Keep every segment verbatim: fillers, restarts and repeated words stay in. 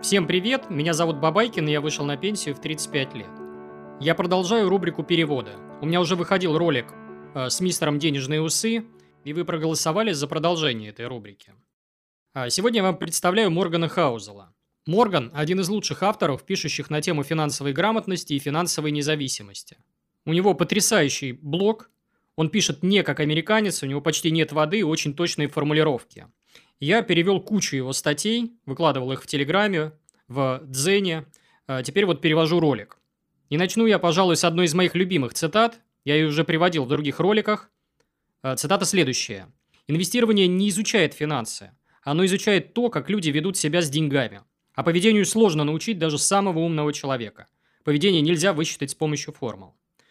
Всем привет, меня зовут Бабайкин, и я вышел на пенсию в тридцать пять лет. Я продолжаю рубрику перевода. У меня уже выходил ролик э, с мистером «Денежные усы», и вы проголосовали за продолжение этой рубрики. А сегодня я вам представляю Моргана Хаузела. Морган – один из лучших авторов, пишущих на тему финансовой грамотности и финансовой независимости. У него потрясающий блог, он пишет не как американец, у него почти нет воды и очень точные формулировки. Я перевел кучу его статей, выкладывал их в Телеграме, в Дзене, а теперь вот перевожу ролик. И начну я, пожалуй, с одной из моих любимых цитат, я ее уже приводил в других роликах. Цитата следующая. «Инвестирование не изучает финансы, оно изучает то, как люди ведут себя с деньгами. А поведению сложно научить даже самого умного человека. Поведение нельзя высчитать с помощью формул».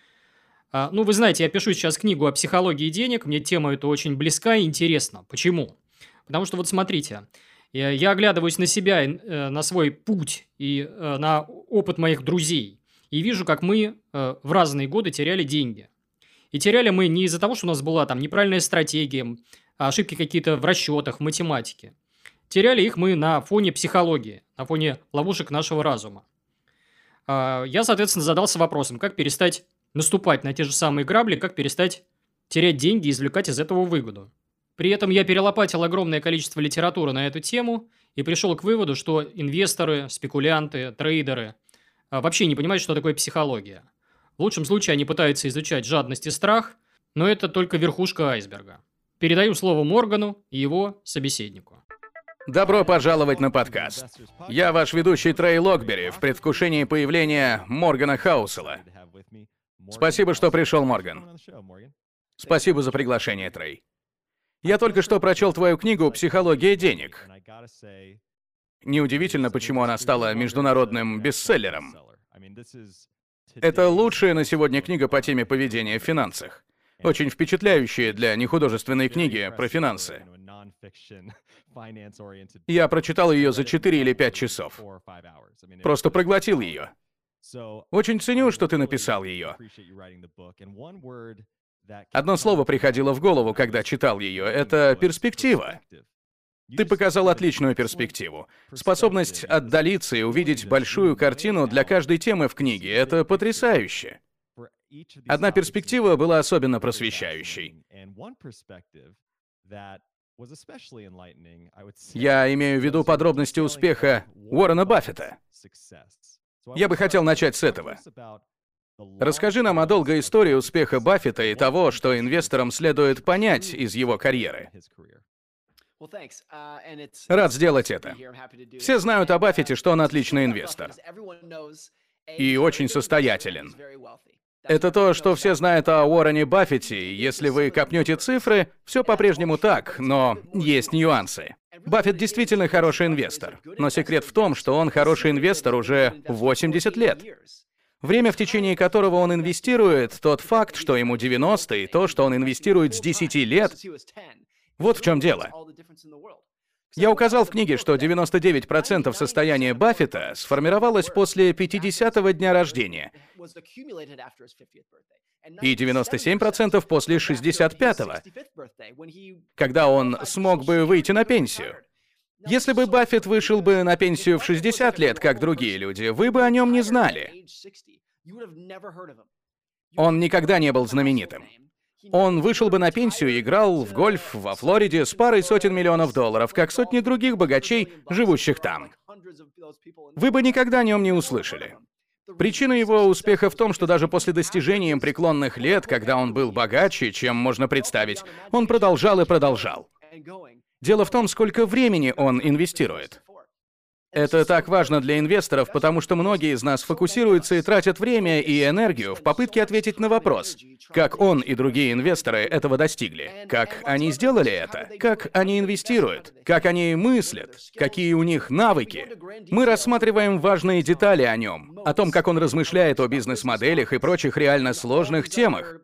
А, ну, вы знаете, я пишу сейчас книгу о психологии денег, мне тема эта очень близка и интересна. Почему? Потому что вот смотрите, я, я оглядываюсь на себя, э, на свой путь и э, на опыт моих друзей, и вижу, как мы э, в разные годы теряли деньги. И теряли мы не из-за того, что у нас была там неправильная стратегия, ошибки какие-то в расчетах, в математике. Теряли их мы на фоне психологии, на фоне ловушек нашего разума. А, я, соответственно, задался вопросом, как перестать наступать на те же самые грабли, как перестать терять деньги и извлекать из этого выгоду. При этом я перелопатил огромное количество литературы на эту тему и пришел к выводу, что инвесторы, спекулянты, трейдеры а, вообще не понимают, что такое психология. В лучшем случае они пытаются изучать жадность и страх, но это только верхушка айсберга. Передаю слово Моргану и его собеседнику. Добро пожаловать на подкаст. Я ваш ведущий Трей Локбери в предвкушении появления Моргана Хаузела. Спасибо, что пришел, Морган. Спасибо за приглашение, Трей. Я только что прочел твою книгу «Психология денег». Неудивительно, почему она стала международным бестселлером. Это лучшая на сегодня книга по теме поведения в финансах. Очень впечатляющая для нехудожественной книги про финансы. Я прочитал ее за четыре или пять часов. Просто проглотил ее. Очень ценю, что ты написал ее. Одно слово приходило в голову, когда читал ее. Это перспектива. Ты показал отличную перспективу. Способность отдалиться и увидеть большую картину для каждой темы в книге — это потрясающе. Одна перспектива была особенно просвещающей. Я имею в виду подробности успеха Уоррена Баффета. Я бы хотел начать с этого. Расскажи нам о долгой истории успеха Баффета и того, что инвесторам следует понять из его карьеры. Рад сделать это. Все знают о Баффете, что он отличный инвестор. И очень состоятелен. Это то, что все знают о Уоррене Баффете, и если вы копнете цифры, все по-прежнему так, но есть нюансы. Баффет действительно хороший инвестор, но секрет в том, что он хороший инвестор уже восемьдесят лет. Время, в течение которого он инвестирует, тот факт, что ему девяносто, и то, что он инвестирует с десяти лет, вот в чем дело. Я указал в книге, что девяносто девять процентов состояния Баффета сформировалось после пятидесятого дня рождения, и девяносто семь процентов после шестьдесят пятого, когда он смог бы выйти на пенсию. Если бы Баффет вышел бы на пенсию в шестьдесят лет, как другие люди, вы бы о нем не знали. Он никогда не был знаменитым. Он вышел бы на пенсию и играл в гольф во Флориде с парой сотен миллионов долларов, как сотни других богачей, живущих там. Вы бы никогда о нем не услышали. Причина его успеха в том, что даже после достижения им преклонных лет, когда он был богаче, чем можно представить, он продолжал и продолжал. Дело в том, сколько времени он инвестирует. Это так важно для инвесторов, потому что многие из нас фокусируются и тратят время и энергию в попытке ответить на вопрос, как он и другие инвесторы этого достигли, как они сделали это, как они инвестируют, как они мыслят, какие у них навыки. Мы рассматриваем важные детали о нем, о том, как он размышляет о бизнес-моделях и прочих реально сложных темах,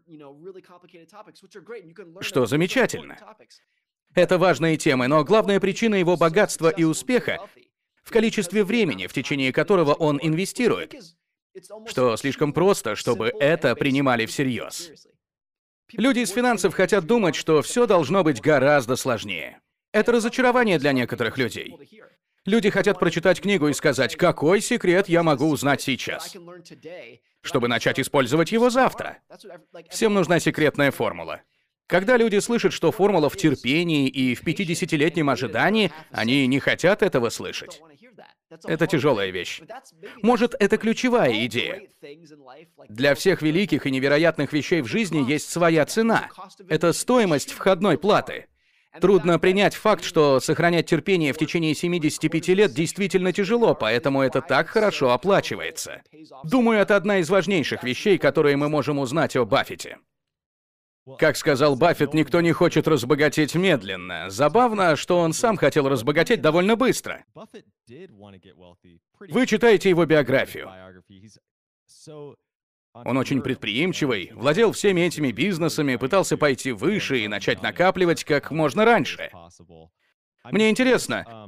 что замечательно. Это важные темы, но главная причина его богатства и успеха в количестве времени, в течение которого он инвестирует, что слишком просто, чтобы это принимали всерьез. Люди из финансов хотят думать, что все должно быть гораздо сложнее. Это разочарование для некоторых людей. Люди хотят прочитать книгу и сказать, какой секрет я могу узнать сейчас, чтобы начать использовать его завтра. Всем нужна секретная формула. Когда люди слышат, что формула в терпении и в пятидесятилетнем ожидании, они не хотят этого слышать. Это тяжелая вещь. Может, это ключевая идея. Для всех великих и невероятных вещей в жизни есть своя цена. Это стоимость входной платы. Трудно принять факт, что сохранять терпение в течение семидесяти пяти лет действительно тяжело, поэтому это так хорошо оплачивается. Думаю, это одна из важнейших вещей, которые мы можем узнать о Баффете. Как сказал Баффет, никто не хочет разбогатеть медленно. Забавно, что он сам хотел разбогатеть довольно быстро. Вы читаете его биографию. Он очень предприимчивый, владел всеми этими бизнесами, пытался пойти выше и начать накапливать как можно раньше. Мне интересно,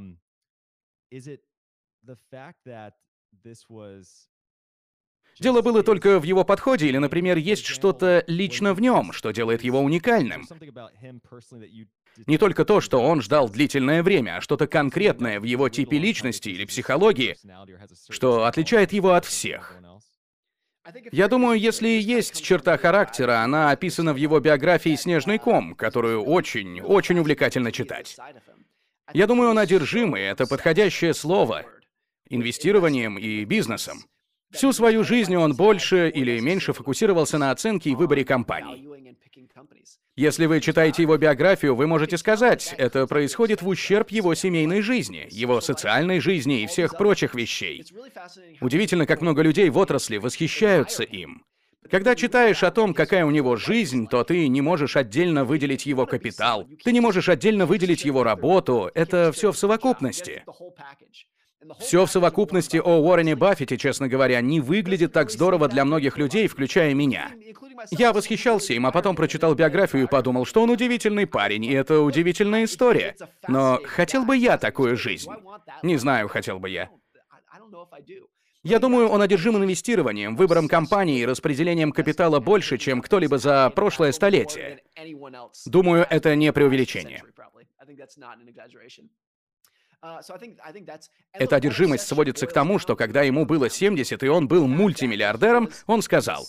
дело было только в его подходе или, например, есть что-то лично в нем, что делает его уникальным? Не только то, что он ждал длительное время, а что-то конкретное в его типе личности или психологии, что отличает его от всех. Я думаю, если и есть черта характера, она описана в его биографии «Снежный ком», которую очень, очень увлекательно читать. Я думаю, он одержимый, это подходящее слово, инвестированием и бизнесом. Всю свою жизнь он больше или меньше фокусировался на оценке и выборе компаний. Если вы читаете его биографию, вы можете сказать, это происходит в ущерб его семейной жизни, его социальной жизни и всех прочих вещей. Удивительно, как много людей в отрасли восхищаются им. Когда читаешь о том, какая у него жизнь, то ты не можешь отдельно выделить его капитал, ты не можешь отдельно выделить его работу, это все в совокупности. Все в совокупности о Уоррене Баффете, честно говоря, не выглядит так здорово для многих людей, включая меня. Я восхищался им, а потом прочитал биографию и подумал, что он удивительный парень, и это удивительная история. Но хотел бы я такую жизнь? Не знаю, хотел бы я. Я думаю, он одержим инвестированием, выбором компании и распределением капитала больше, чем кто-либо за прошлое столетие. Думаю, это не преувеличение. Эта одержимость сводится к тому, что когда ему было семьдесят, и он был мультимиллиардером, он сказал: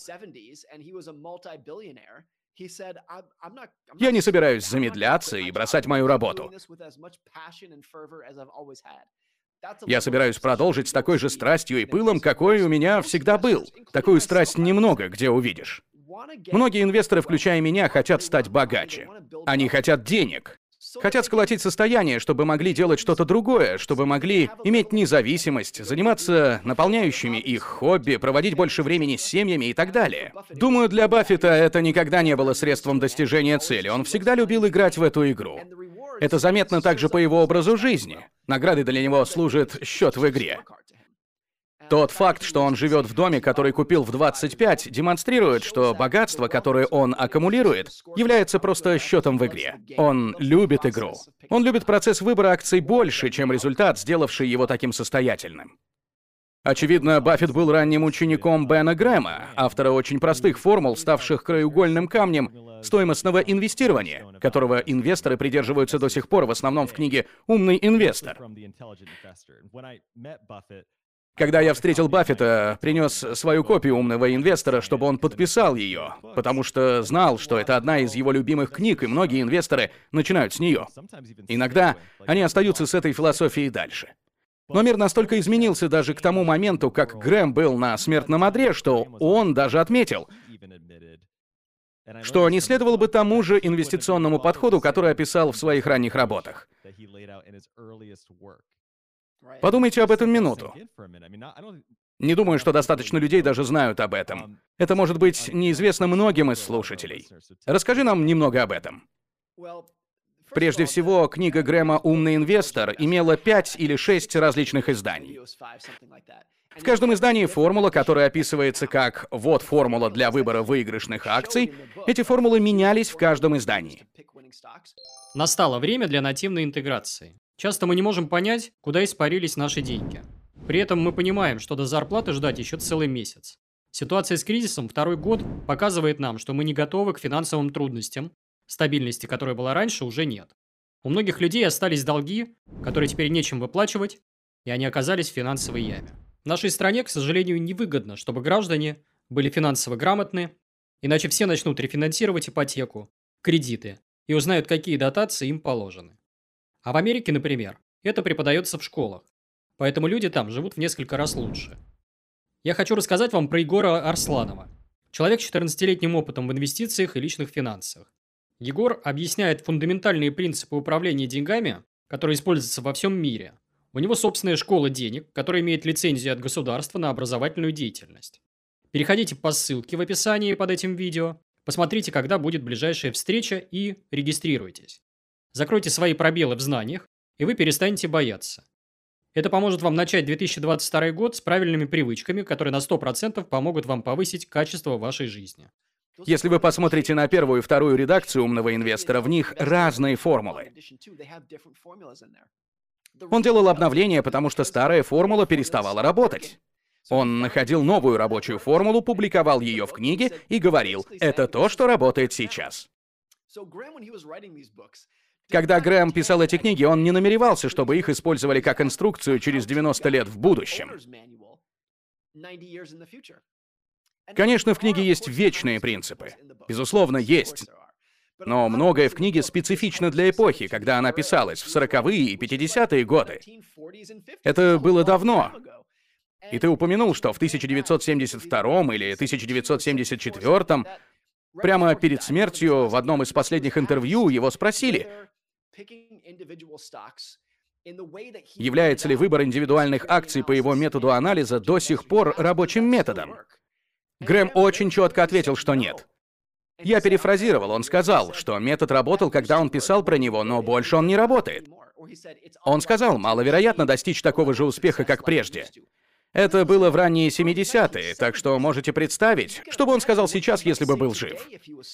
«Я не собираюсь замедляться и бросать мою работу. Я собираюсь продолжить с такой же страстью и пылом, какой у меня всегда был. Такую страсть немного где увидишь». Многие инвесторы, включая меня, хотят стать богаче. Они хотят денег. Хотят сколотить состояние, чтобы могли делать что-то другое, чтобы могли иметь независимость, заниматься наполняющими их хобби, проводить больше времени с семьями и так далее. Думаю, для Баффета это никогда не было средством достижения цели. Он всегда любил играть в эту игру. Это заметно также по его образу жизни. Наградой для него служит счет в игре. Тот факт, что он живет в доме, который купил в двадцать пять, демонстрирует, что богатство, которое он аккумулирует, является просто счетом в игре. Он любит игру. Он любит процесс выбора акций больше, чем результат, сделавший его таким состоятельным. Очевидно, Баффет был ранним учеником Бена Грэма, автора очень простых формул, ставших краеугольным камнем стоимостного инвестирования, которого инвесторы придерживаются до сих пор, в основном в книге «Умный инвестор». Когда я встретил Баффета, принес свою копию «Умного инвестора», чтобы он подписал ее, потому что знал, что это одна из его любимых книг, и многие инвесторы начинают с нее. Иногда они остаются с этой философией дальше. Но мир настолько изменился даже к тому моменту, как Грэм был на смертном одре, что он даже отметил, что не следовало бы тому же инвестиционному подходу, который описал в своих ранних работах. Подумайте об этом минуту. Не думаю, что достаточно людей даже знают об этом. Это может быть неизвестно многим из слушателей. Расскажи нам немного об этом. Прежде всего, книга Грэма «Умный инвестор» имела пять или шесть различных изданий. В каждом издании формула, которая описывается как «вот формула для выбора выигрышных акций», эти формулы менялись в каждом издании. Настало время для нативной интеграции. Часто мы не можем понять, куда испарились наши деньги. При этом мы понимаем, что до зарплаты ждать еще целый месяц. Ситуация с кризисом второй год показывает нам, что мы не готовы к финансовым трудностям, стабильности, которая была раньше, уже нет. У многих людей остались долги, которые теперь нечем выплачивать, и они оказались в финансовой яме. В нашей стране, к сожалению, невыгодно, чтобы граждане были финансово грамотны, иначе все начнут рефинансировать ипотеку, кредиты и узнают, какие дотации им положены. А в Америке, например, это преподается в школах, поэтому люди там живут в несколько раз лучше. Я хочу рассказать вам про Егора Арсланова, человек с четырнадцатилетним опытом в инвестициях и личных финансах. Егор объясняет фундаментальные принципы управления деньгами, которые используются во всем мире. У него собственная школа денег, которая имеет лицензию от государства на образовательную деятельность. Переходите по ссылке в описании под этим видео, посмотрите, когда будет ближайшая встреча и регистрируйтесь. Закройте свои пробелы в знаниях, и вы перестанете бояться. Это поможет вам начать две тысячи двадцать второй год с правильными привычками, которые на сто процентов помогут вам повысить качество вашей жизни. Если вы посмотрите на первую и вторую редакцию «Умного инвестора», в них разные формулы. Он делал обновления, потому что старая формула переставала работать. Он находил новую рабочую формулу, публиковал ее в книге и говорил: «Это то, что работает сейчас». Когда Грэм писал эти книги, он не намеревался, чтобы их использовали как инструкцию через девяносто лет в будущем. Конечно, в книге есть вечные принципы. Безусловно, есть. Но многое в книге специфично для эпохи, когда она писалась, в сороковые и пятидесятые годы. Это было давно. И ты упомянул, что в тысяча девятьсот семьдесят втором или тысяча девятьсот семьдесят четвёртом, прямо перед смертью, в одном из последних интервью его спросили, является ли выбор индивидуальных акций по его методу анализа до сих пор рабочим методом. Грэм очень четко ответил, что нет. Я перефразировал, он сказал, что метод работал, когда он писал про него, но больше он не работает. Он сказал, маловероятно достичь такого же успеха, как прежде. Это было в ранние семидесятые, так что можете представить, что бы он сказал сейчас, если бы был жив.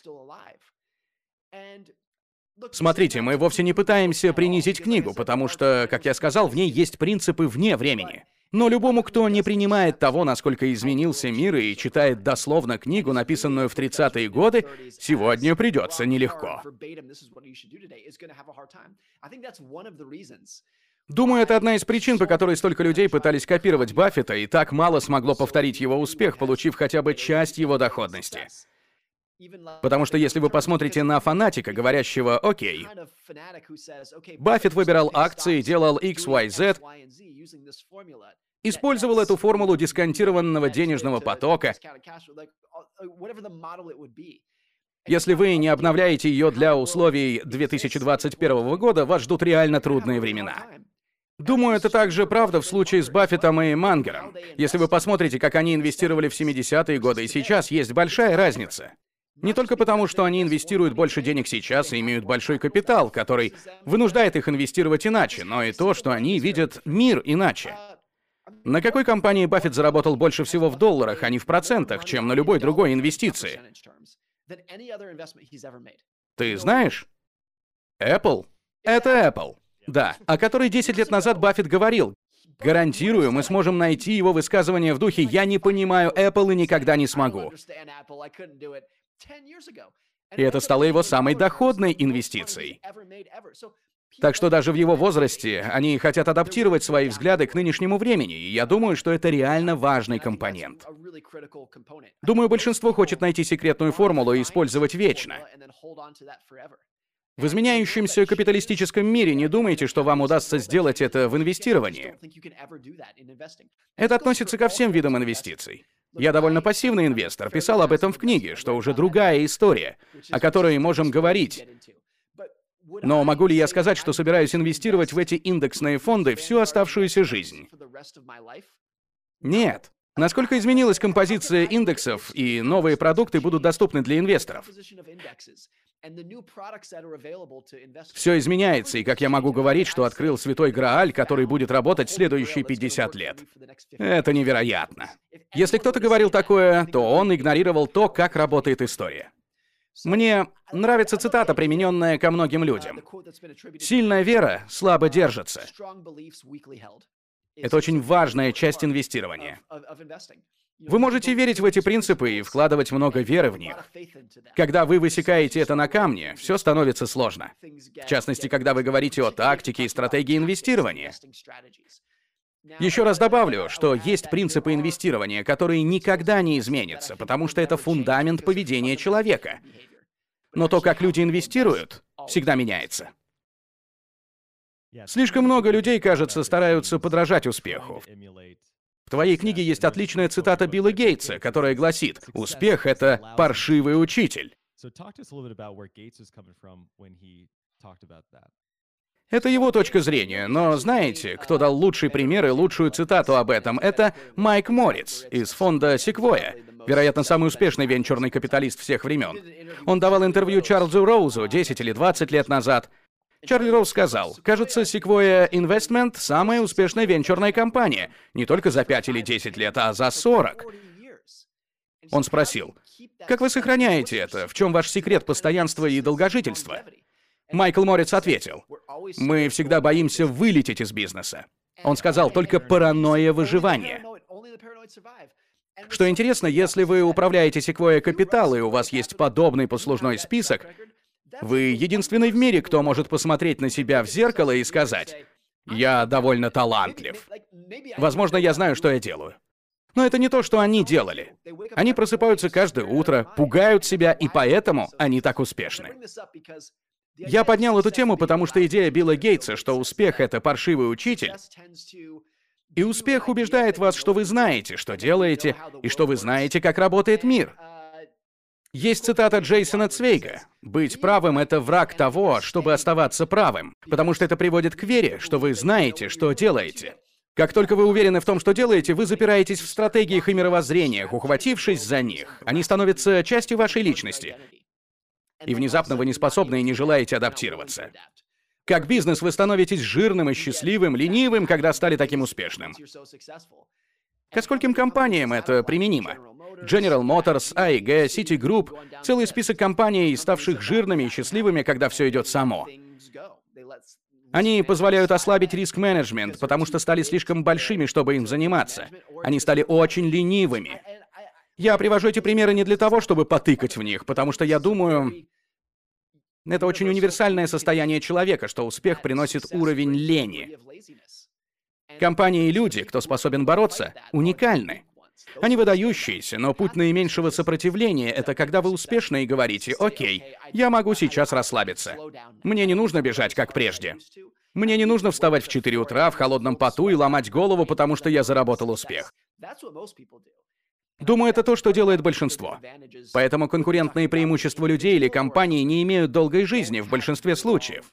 Смотрите, мы вовсе не пытаемся принизить книгу, потому что, как я сказал, в ней есть принципы вне времени. Но любому, кто не принимает того, насколько изменился мир, и читает дословно книгу, написанную в тридцатые годы, сегодня придется нелегко. Думаю, это одна из причин, по которой столько людей пытались копировать Баффета, и так мало смогло повторить его успех, получив хотя бы часть его доходности. Потому что если вы посмотрите на фанатика, говорящего «Окей», Баффет выбирал акции, делал икс уай зет, использовал эту формулу дисконтированного денежного потока. Если вы не обновляете ее для условий две тысячи двадцать первого года, вас ждут реально трудные времена. Думаю, это также правда в случае с Баффетом и Мангером. Если вы посмотрите, как они инвестировали в семидесятые годы и сейчас, есть большая разница. Не только потому, что они инвестируют больше денег сейчас и имеют большой капитал, который вынуждает их инвестировать иначе, но и то, что они видят мир иначе. На какой компании Баффет заработал больше всего в долларах, а не в процентах, чем на любой другой инвестиции? Ты знаешь? Apple. Это Apple. Да, о которой десять лет назад Баффет говорил. Гарантирую, мы сможем найти его высказывание в духе «Я не понимаю Apple и никогда не смогу». И это стало его самой доходной инвестицией. Так что даже в его возрасте они хотят адаптировать свои взгляды к нынешнему времени, и я думаю, что это реально важный компонент. Думаю, большинство хочет найти секретную формулу и использовать вечно. В изменяющемся капиталистическом мире не думайте, что вам удастся сделать это в инвестировании. Это относится ко всем видам инвестиций. Я довольно пассивный инвестор, писал об этом в книге, что уже другая история, о которой можем говорить. Но могу ли я сказать, что собираюсь инвестировать в эти индексные фонды всю оставшуюся жизнь? Нет. Насколько изменилась композиция индексов, и новые продукты будут доступны для инвесторов? Все изменяется, и как я могу говорить, что открыл Святой Грааль, который будет работать следующие пятьдесят лет? Это невероятно. Если кто-то говорил такое, то он игнорировал то, как работает история. Мне нравится цитата, примененная ко многим людям. «Сильная вера слабо держится». Это очень важная часть инвестирования. Вы можете верить в эти принципы и вкладывать много веры в них. Когда вы высекаете это на камне, все становится сложно. В частности, когда вы говорите о тактике и стратегии инвестирования. Еще раз добавлю, что есть принципы инвестирования, которые никогда не изменятся, потому что это фундамент поведения человека. Но то, как люди инвестируют, всегда меняется. Слишком много людей, кажется, стараются подражать успеху. В твоей книге есть отличная цитата Билла Гейтса, которая гласит: «Успех — это паршивый учитель». Это его точка зрения, но знаете, кто дал лучший пример и лучшую цитату об этом? Это Майк Морриц из фонда Sequoia, вероятно, самый успешный венчурный капиталист всех времен. Он давал интервью Чарльзу Роузу десять или двадцать лет назад. Чарли Роуз сказал: «Кажется, Sequoia Investment — самая успешная венчурная компания, не только за пять или десять лет, а за сорок». Он спросил: «Как вы сохраняете это? В чем ваш секрет постоянства и долгожительства?» Майкл Морриц ответил: «Мы всегда боимся вылететь из бизнеса». Он сказал: «Только паранойя выживания». Что интересно, если вы управляете Sequoia Capital и у вас есть подобный послужной список, вы единственный в мире, кто может посмотреть на себя в зеркало и сказать: «Я довольно талантлив. Возможно, я знаю, что я делаю». Но это не то, что они делали. Они просыпаются каждое утро, пугают себя, и поэтому они так успешны. Я поднял эту тему, потому что идея Билла Гейтса, что успех — это паршивый учитель, и успех убеждает вас, что вы знаете, что делаете, и что вы знаете, как работает мир. Есть цитата Джейсона Цвейга: «Быть правым — это враг того, чтобы оставаться правым, потому что это приводит к вере, что вы знаете, что делаете». Как только вы уверены в том, что делаете, вы запираетесь в стратегиях и мировоззрениях, ухватившись за них. Они становятся частью вашей личности. И внезапно вы не способны и не желаете адаптироваться. Как бизнес вы становитесь жирным и счастливым, ленивым, когда стали таким успешным. Ко скольким компаниям это применимо? General Motors, эй и джи, Citigroup, целый список компаний, ставших жирными и счастливыми, когда все идет само. Они позволяют ослабить риск-менеджмент, потому что стали слишком большими, чтобы им заниматься. Они стали очень ленивыми. Я привожу эти примеры не для того, чтобы потыкать в них, потому что я думаю, это очень универсальное состояние человека, что успех приносит уровень лени. Компании и люди, кто способен бороться, уникальны. Они выдающиеся, но путь наименьшего сопротивления — это когда вы успешны и говорите: «Окей, я могу сейчас расслабиться. Мне не нужно бежать, как прежде. Мне не нужно вставать в четыре утра в холодном поту и ломать голову, потому что я заработал успех». Думаю, это то, что делает большинство. Поэтому конкурентные преимущества людей или компаний не имеют долгой жизни в большинстве случаев.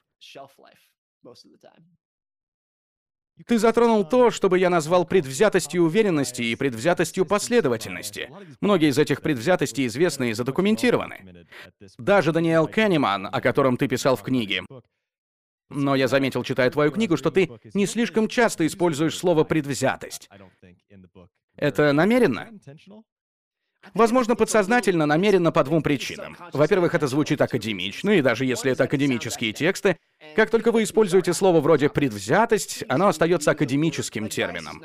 Ты затронул то, что бы я назвал предвзятостью уверенности и предвзятостью последовательности. Многие из этих предвзятостей известны и задокументированы. Даже Даниэл Канеман, о котором ты писал в книге. Но я заметил, читая твою книгу, что ты не слишком часто используешь слово «предвзятость». Это намеренно? Возможно, подсознательно, намеренно по двум причинам. Во-первых, это звучит академично, и даже если это академические тексты, как только вы используете слово вроде «предвзятость», оно остается академическим термином.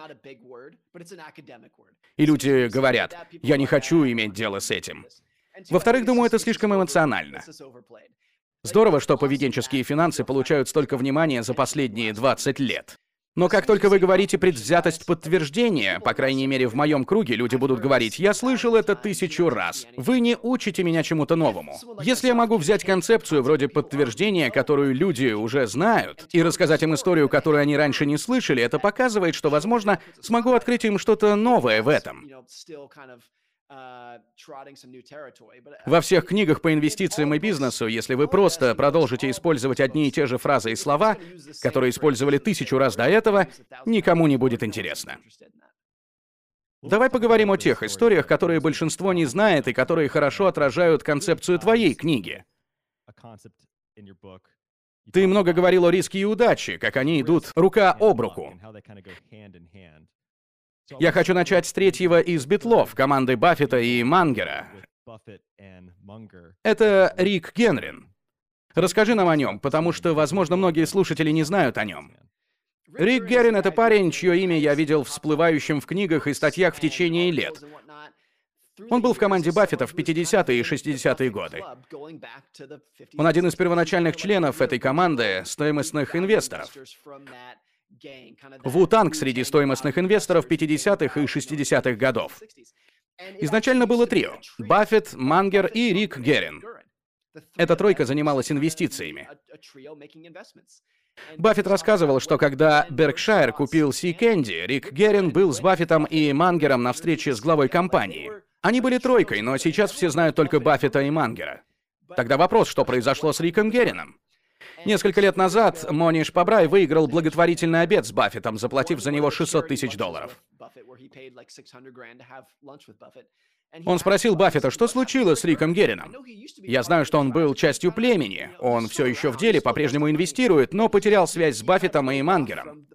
И люди говорят: «Я не хочу иметь дело с этим». Во-вторых, думаю, это слишком эмоционально. Здорово, что поведенческие финансы получают столько внимания за последние двадцать лет. Но как только вы говорите «предвзятость подтверждения», по крайней мере, в моем круге люди будут говорить: «Я слышал это тысячу раз. Вы не учите меня чему-то новому». Если я могу взять концепцию вроде подтверждения, которую люди уже знают, и рассказать им историю, которую они раньше не слышали, это показывает, что, возможно, смогу открыть им что-то новое в этом. Во всех книгах по инвестициям и бизнесу, если вы просто продолжите использовать одни и те же фразы и слова, которые использовали тысячу раз до этого, никому не будет интересно. Давай поговорим о тех историях, которые большинство не знает и которые хорошо отражают концепцию твоей книги. Ты много говорил о риске и удаче, как они идут рука об руку. Я хочу начать с третьего из битлов, команды Баффета и Мангера. Это Рик Генрин. Расскажи нам о нем, потому что, возможно, многие слушатели не знают о нем. Рик Геррин — это парень, чье имя я видел всплывающим в книгах и статьях в течение лет. Он был в команде Баффета в пятидесятые и шестидесятые годы. Он один из первоначальных членов этой команды стоимостных инвесторов. Ву-Танг среди стоимостных инвесторов пятидесятых и шестидесятых годов. Изначально было трио — Баффет, Мангер и Рик Геррин. Эта тройка занималась инвестициями. Баффет рассказывал, что когда Беркшайр купил Си Кэнди, Рик Геррин был с Баффетом и Мангером на встрече с главой компании. Они были тройкой, но сейчас все знают только Баффета и Мангера. Тогда вопрос, что произошло с Риком Геррином? Несколько лет назад Мониш Пабрай выиграл благотворительный обед с Баффетом, заплатив за него шестьсот тысяч долларов. Он спросил Баффета, что случилось с Риком Геррином. «Я знаю, что он был частью племени. Он все еще в деле, по-прежнему инвестирует, но потерял связь с Баффетом и Мангером».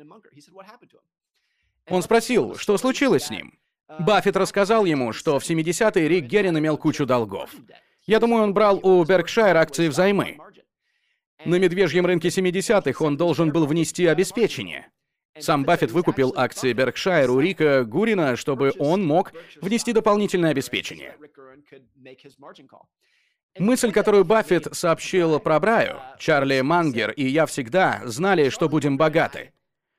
Он спросил, что случилось с ним. Баффет рассказал ему, что в семидесятые Рик Геррин имел кучу долгов. Я думаю, он брал у Беркшайр акции взаймы. На медвежьем рынке семидесятых он должен был внести обеспечение. Сам Баффет выкупил акции Беркшайр у Рика Гурина, чтобы он мог внести дополнительное обеспечение. Мысль, которую Баффет сообщил про Браю, Чарли Мангер и я всегда знали, что будем богаты.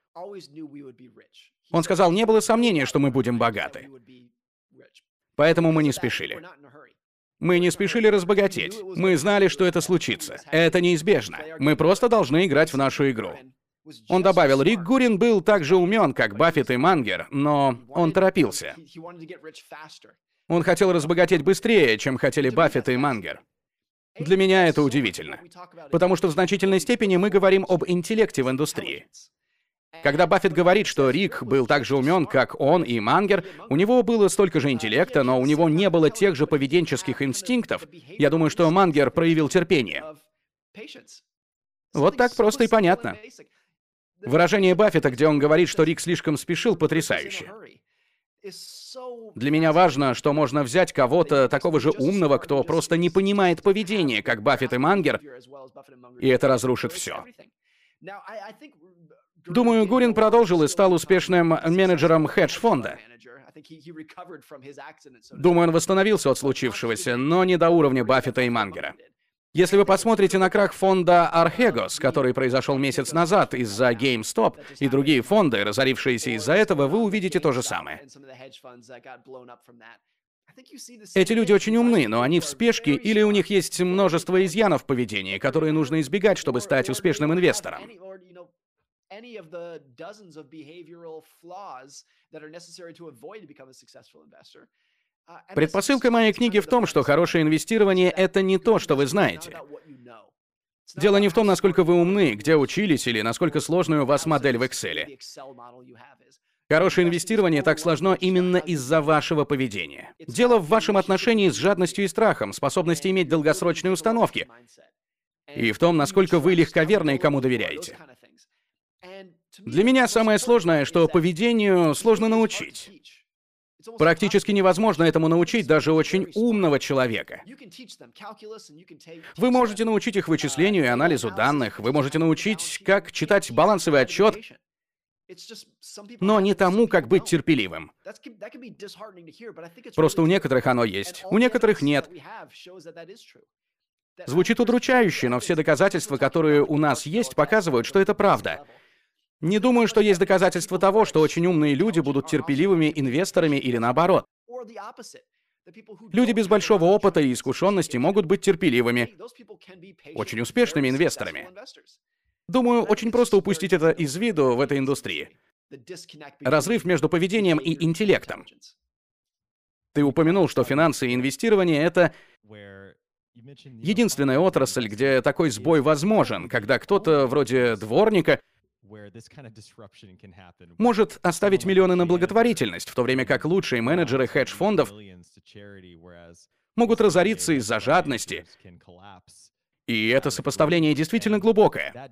Он сказал, не было сомнения, что мы будем богаты. Поэтому мы не спешили. Мы не спешили разбогатеть. Мы знали, что это случится. Это неизбежно. Мы просто должны играть в нашу игру. Он добавил, Рик Гурин был так же умен, как Баффет и Мангер, но он торопился. Он хотел разбогатеть быстрее, чем хотели Баффет и Мангер. Для меня это удивительно. Потому что в значительной степени мы говорим об интеллекте в индустрии. Когда Баффет говорит, что Рик был так же умен, как он и Мангер, у него было столько же интеллекта, но у него не было тех же поведенческих инстинктов, я думаю, что Мангер проявил терпение. Вот так просто и понятно. Выражение Баффета, где он говорит, что Рик слишком спешил, потрясающе. Для меня важно, что можно взять кого-то такого же умного, кто просто не понимает поведения, как Баффет и Мангер, и это разрушит все. Думаю, Гурин продолжил и стал успешным менеджером хедж-фонда. Думаю, он восстановился от случившегося, но не до уровня Баффета и Мангера. Если вы посмотрите на крах фонда Archegos, который произошел месяц назад из-за GameStop, и другие фонды, разорившиеся из-за этого, вы увидите то же самое. Эти люди очень умны, но они в спешке или у них есть множество изъянов в поведении, которые нужно избегать, чтобы стать успешным инвестором. Предпосылка моей книги в том, что хорошее инвестирование — это не то, что вы знаете. Дело не в том, насколько вы умны, где учились или насколько сложная у вас модель в Excel. Хорошее инвестирование так сложно именно из-за вашего поведения. Дело в вашем отношении с жадностью и страхом, способности иметь долгосрочные установки, и в том, насколько вы легковерны и кому доверяете. Для меня самое сложное, что поведению сложно научить. Практически невозможно этому научить даже очень умного человека. Вы можете научить их вычислению и анализу данных, вы можете научить, как читать балансовый отчет, но не тому, как быть терпеливым. Просто у некоторых оно есть, у некоторых нет. Звучит удручающе, но все доказательства, которые у нас есть, показывают, что это правда. Не думаю, что есть доказательства того, что очень умные люди будут терпеливыми инвесторами или наоборот. Люди без большого опыта и искушенности могут быть терпеливыми, очень успешными инвесторами. Думаю, очень просто упустить это из виду в этой индустрии. Разрыв между поведением и интеллектом. Ты упомянул, что финансы и инвестирование — это единственная отрасль, где такой сбой возможен, когда кто-то вроде дворника может оставить миллионы на благотворительность, в то время как лучшие менеджеры хедж-фондов могут разориться из-за жадности. И это сопоставление действительно глубокое.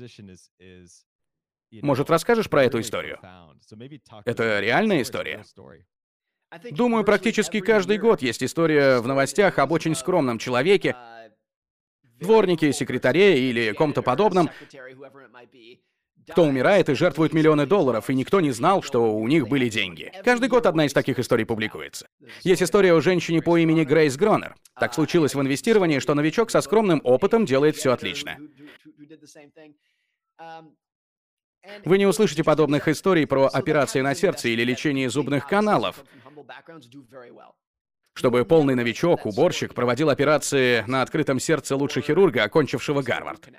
Может, расскажешь про эту историю? Это реальная история? Думаю, практически каждый год есть история в новостях об очень скромном человеке, дворнике, секретаре или ком-то подобном, кто умирает и жертвует миллионы долларов, и никто не знал, что у них были деньги. Каждый год одна из таких историй публикуется. Есть история о женщине по имени Грейс Гронер. Так случилось в инвестировании, что новичок со скромным опытом делает все отлично. Вы не услышите подобных историй про операции на сердце или лечение зубных каналов, чтобы полный новичок, уборщик, проводил операции на открытом сердце лучше хирурга, окончившего Гарвард.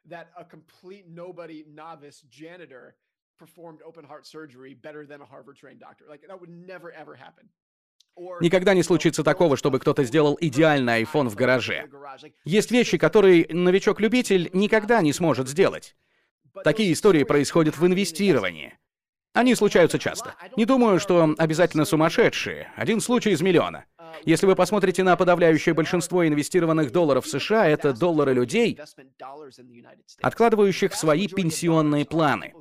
Никогда не случится такого, чтобы кто-то сделал идеальный iPhone в гараже. Есть вещи, которые новичок-любитель никогда не сможет сделать. Такие истории происходят в инвестировании. Они случаются часто. Не думаю, что обязательно сумасшедшие. Один случай из миллиона. Если вы посмотрите на подавляющее большинство инвестированных долларов в США, это доллары людей, откладывающих в свои пенсионные планы.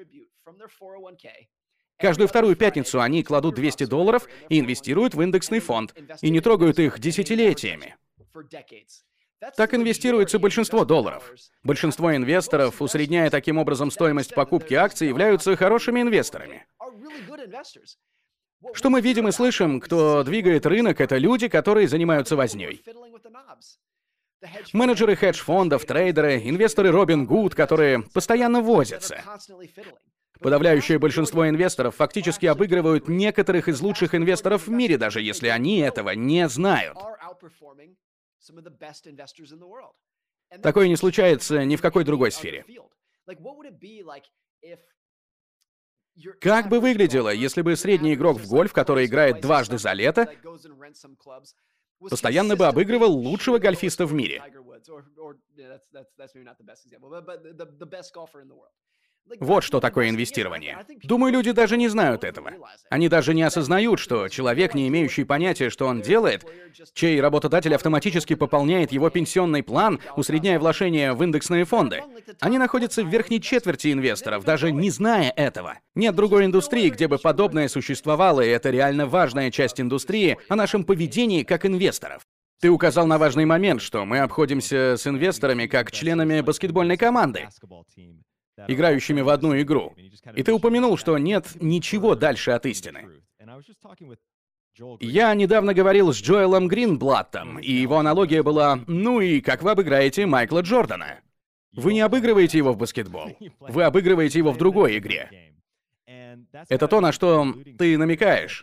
Каждую вторую пятницу они кладут двести долларов и инвестируют в индексный фонд, и не трогают их десятилетиями. Так инвестируется большинство долларов. Большинство инвесторов, усредняя таким образом стоимость покупки акций, являются хорошими инвесторами. Что мы видим и слышим, кто двигает рынок, это люди, которые занимаются вознёй. Менеджеры хедж-фондов, трейдеры, инвесторы Robinhood, которые постоянно возятся. Подавляющее большинство инвесторов фактически обыгрывают некоторых из лучших инвесторов в мире, даже если они этого не знают. Такое не случается ни в какой другой сфере. Как бы выглядело, если бы средний игрок в гольф, который играет дважды за лето, постоянно бы обыгрывал лучшего гольфиста в мире? Вот что такое инвестирование. Думаю, люди даже не знают этого. Они даже не осознают, что человек, не имеющий понятия, что он делает, чей работодатель автоматически пополняет его пенсионный план, усредняя вложения в индексные фонды, они находятся в верхней четверти инвесторов, даже не зная этого. Нет другой индустрии, где бы подобное существовало, и это реально важная часть индустрии о нашем поведении как инвесторов. Ты указал на важный момент, что мы обходимся с инвесторами как членами баскетбольной команды, играющими в одну игру. И ты упомянул, что нет ничего дальше от истины. Я недавно говорил с Джоэлом Гринблаттом, и его аналогия была: ну и как вы обыграете Майкла Джордана? Вы не обыгрываете его в баскетбол, вы обыгрываете его в другой игре. Это то, на что ты намекаешь.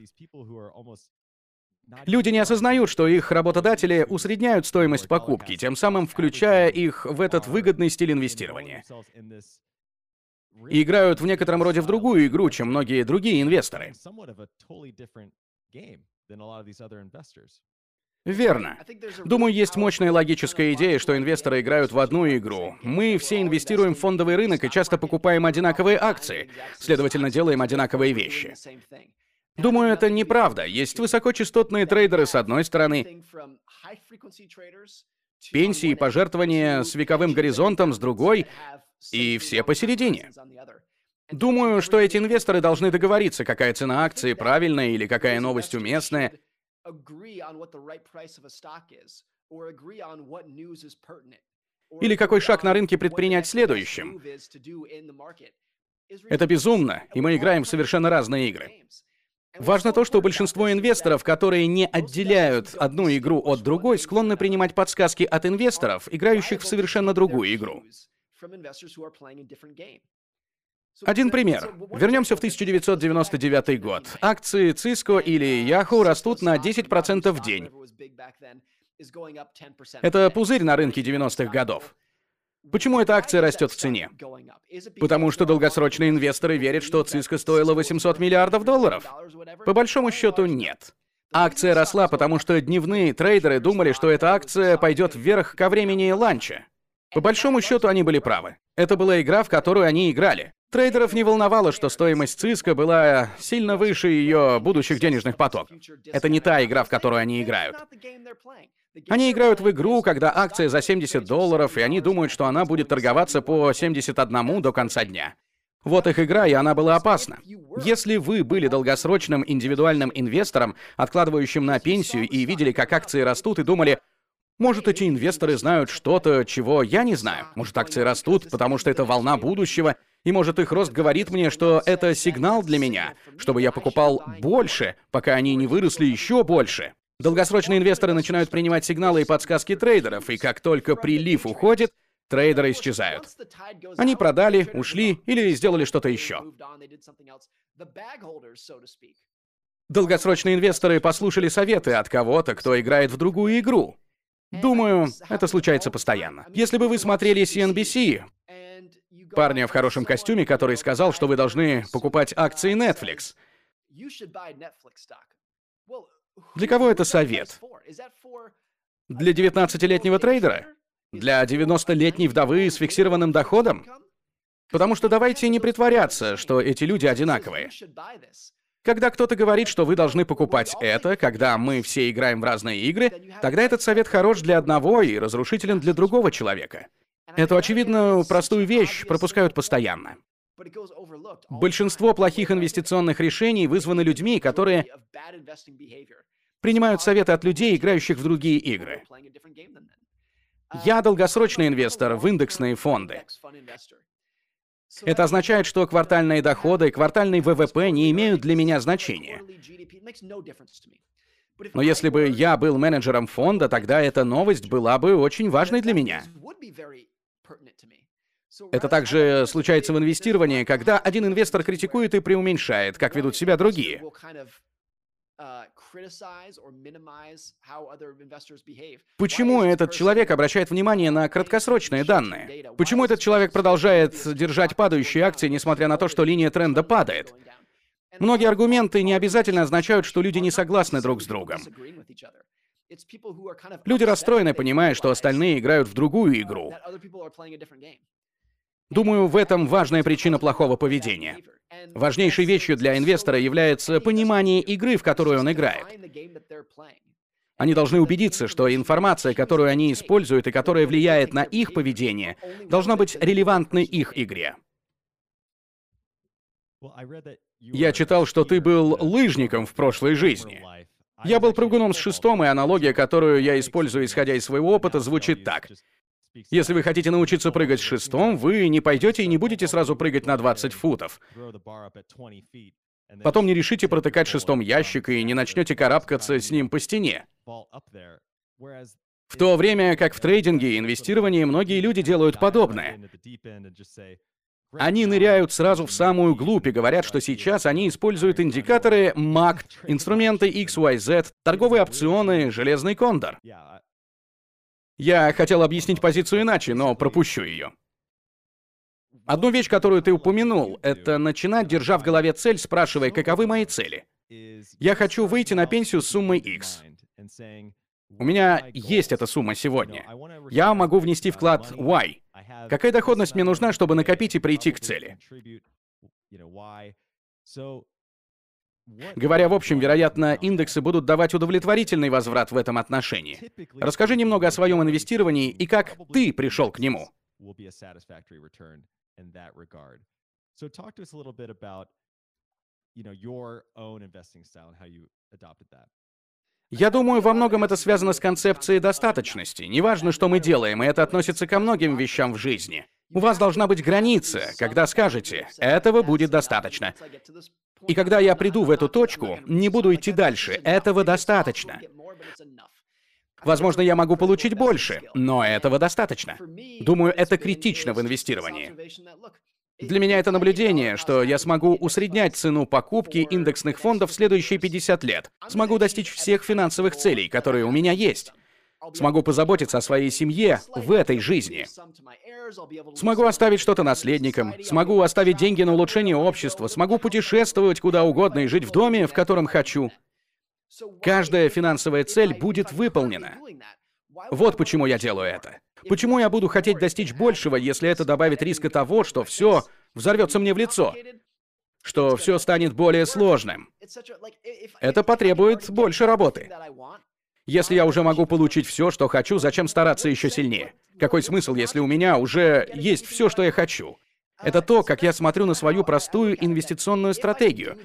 Люди не осознают, что их работодатели усредняют стоимость покупки, тем самым включая их в этот выгодный стиль инвестирования. И играют в некотором роде в другую игру, чем многие другие инвесторы. Верно. Думаю, есть мощная логическая идея, что инвесторы играют в одну игру. Мы все инвестируем в фондовый рынок и часто покупаем одинаковые акции, следовательно, делаем одинаковые вещи. Думаю, это неправда. Есть высокочастотные трейдеры с одной стороны, пенсии и пожертвования с вековым горизонтом с другой, и все посередине. Думаю, что эти инвесторы должны договориться, какая цена акции правильная или какая новость уместная. Или какой шаг на рынке предпринять следующим. Это безумно, и мы играем в совершенно разные игры. Важно то, что большинство инвесторов, которые не отделяют одну игру от другой, склонны принимать подсказки от инвесторов, играющих в совершенно другую игру. Один пример. Вернемся в тысяча девятьсот девяносто девятый год. Акции Cisco или Yahoo растут на десять процентов в день. Это пузырь на рынке девяностых годов. Почему эта акция растет в цене? Потому что долгосрочные инвесторы верят, что Cisco стоила восемьсот миллиардов долларов. По большому счету, нет. Акция росла, потому что дневные трейдеры думали, что эта акция пойдет вверх ко времени ланча. По большому счету, они были правы. Это была игра, в которую они играли. Трейдеров не волновало, что стоимость Cisco была сильно выше ее будущих денежных потоков. Это не та игра, в которую они играют. Они играют в игру, когда акция за семьдесят долларов, и они думают, что она будет торговаться по семьдесят один до конца дня. Вот их игра, и она была опасна. Если вы были долгосрочным индивидуальным инвестором, откладывающим на пенсию, и видели, как акции растут, и думали: может, эти инвесторы знают что-то, чего я не знаю. Может, акции растут, потому что это волна будущего, и может, их рост говорит мне, что это сигнал для меня, чтобы я покупал больше, пока они не выросли еще больше. Долгосрочные инвесторы начинают принимать сигналы и подсказки трейдеров, и как только прилив уходит, трейдеры исчезают. Они продали, ушли или сделали что-то еще. Долгосрочные инвесторы послушали советы от кого-то, кто играет в другую игру. Думаю, это случается постоянно. Если бы вы смотрели си эн би си, парня в хорошем костюме, который сказал, что вы должны покупать акции Netflix. Для кого это совет? Для девятнадцатилетнего трейдера? Для девяностолетней вдовы с фиксированным доходом? Потому что давайте не притворяться, что эти люди одинаковые. Когда кто-то говорит, что вы должны покупать это, когда мы все играем в разные игры, тогда этот совет хорош для одного и разрушителен для другого человека. Эту, очевидно, простую вещь пропускают постоянно. Большинство плохих инвестиционных решений вызваны людьми, которые принимают советы от людей, играющих в другие игры. Я долгосрочный инвестор в индексные фонды. Это означает, что квартальные доходы, квартальный вэ вэ пэ не имеют для меня значения. Но если бы я был менеджером фонда, тогда эта новость была бы очень важной для меня. Это также случается в инвестировании, когда один инвестор критикует и преуменьшает, как ведут себя другие. Почему этот человек обращает внимание на краткосрочные данные? Почему этот человек продолжает держать падающие акции, несмотря на то, что линия тренда падает? Многие аргументы не обязательно означают, что люди не согласны друг с другом. Люди расстроены, понимая, что остальные играют в другую игру. Думаю, в этом важная причина плохого поведения. Важнейшей вещью для инвестора является понимание игры, в которую он играет. Они должны убедиться, что информация, которую они используют и которая влияет на их поведение, должна быть релевантной их игре. Я читал, что ты был лыжником в прошлой жизни. Я был прыгуном с шестом, и аналогия, которую я использую, исходя из своего опыта, звучит так. Если вы хотите научиться прыгать с шестом, вы не пойдете и не будете сразу прыгать на двадцать футов. Потом не решите протыкать шестом ящик и не начнете карабкаться с ним по стене. В то время как в трейдинге и инвестировании многие люди делают подобное. Они ныряют сразу в самую глубь и говорят, что сейчас они используют индикаторы мак, инструменты икс уай зет, торговые опционы, железный кондор. Я хотел объяснить позицию иначе, но пропущу ее. Одну вещь, которую ты упомянул, это начинать, держа в голове цель, спрашивая, каковы мои цели. Я хочу выйти на пенсию с суммой X. У меня есть эта сумма сегодня. Я могу внести вклад Y. Какая доходность мне нужна, чтобы накопить и прийти к цели? Говоря в общем, вероятно, индексы будут давать удовлетворительный возврат в этом отношении. Расскажи немного о своем инвестировании и как ты пришел к нему. Я думаю, во многом это связано с концепцией достаточности. Неважно, что мы делаем, и это относится ко многим вещам в жизни. У вас должна быть граница, когда скажете «этого будет достаточно». И когда я приду в эту точку, не буду идти дальше, этого достаточно. Возможно, я могу получить больше, но этого достаточно. Думаю, это критично в инвестировании. Для меня это наблюдение, что я смогу усреднять цену покупки индексных фондов в следующие пятьдесят лет. Смогу достичь всех финансовых целей, которые у меня есть. Смогу позаботиться о своей семье в этой жизни. Смогу оставить что-то наследникам. Смогу оставить деньги на улучшение общества. Смогу путешествовать куда угодно и жить в доме, в котором хочу. Каждая финансовая цель будет выполнена. Вот почему я делаю это. Почему я буду хотеть достичь большего, если это добавит риска того, что все взорвется мне в лицо? Что все станет более сложным? Это потребует больше работы. Если я уже могу получить все, что хочу, зачем стараться еще сильнее? Какой смысл, если у меня уже есть все, что я хочу? Это то, как я смотрю на свою простую инвестиционную стратегию,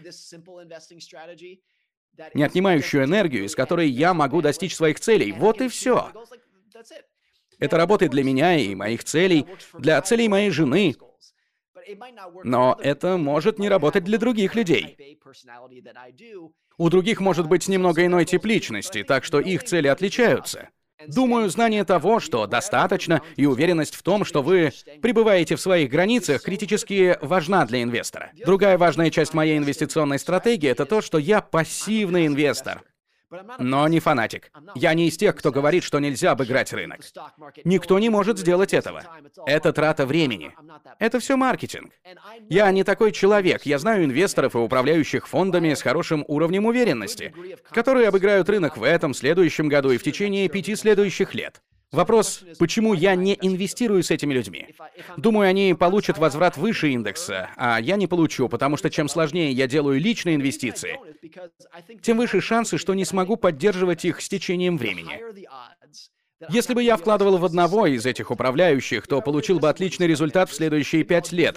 не отнимающую энергию, из которой я могу достичь своих целей. Вот и все. Это работает для меня и моих целей, для целей моей жены. Но это может не работать для других людей. У других может быть немного иной тип личности, так что их цели отличаются. Думаю, знание того, что достаточно, и уверенность в том, что вы пребываете в своих границах, критически важна для инвестора. Другая важная часть моей инвестиционной стратегии — это то, что я пассивный инвестор, но не фанатик. Я не из тех, кто говорит, что нельзя обыграть рынок. Никто не может сделать этого. Это трата времени. Это все маркетинг. Я не такой человек. Я знаю инвесторов и управляющих фондами с хорошим уровнем уверенности, которые обыграют рынок в этом, следующем году и в течение пяти следующих лет. Вопрос, почему я не инвестирую с этими людьми? Думаю, они получат возврат выше индекса, а я не получу, потому что чем сложнее я делаю личные инвестиции, тем выше шансы, что не смогу поддерживать их с течением времени. Если бы я вкладывал в одного из этих управляющих, то получил бы отличный результат в следующие пять лет.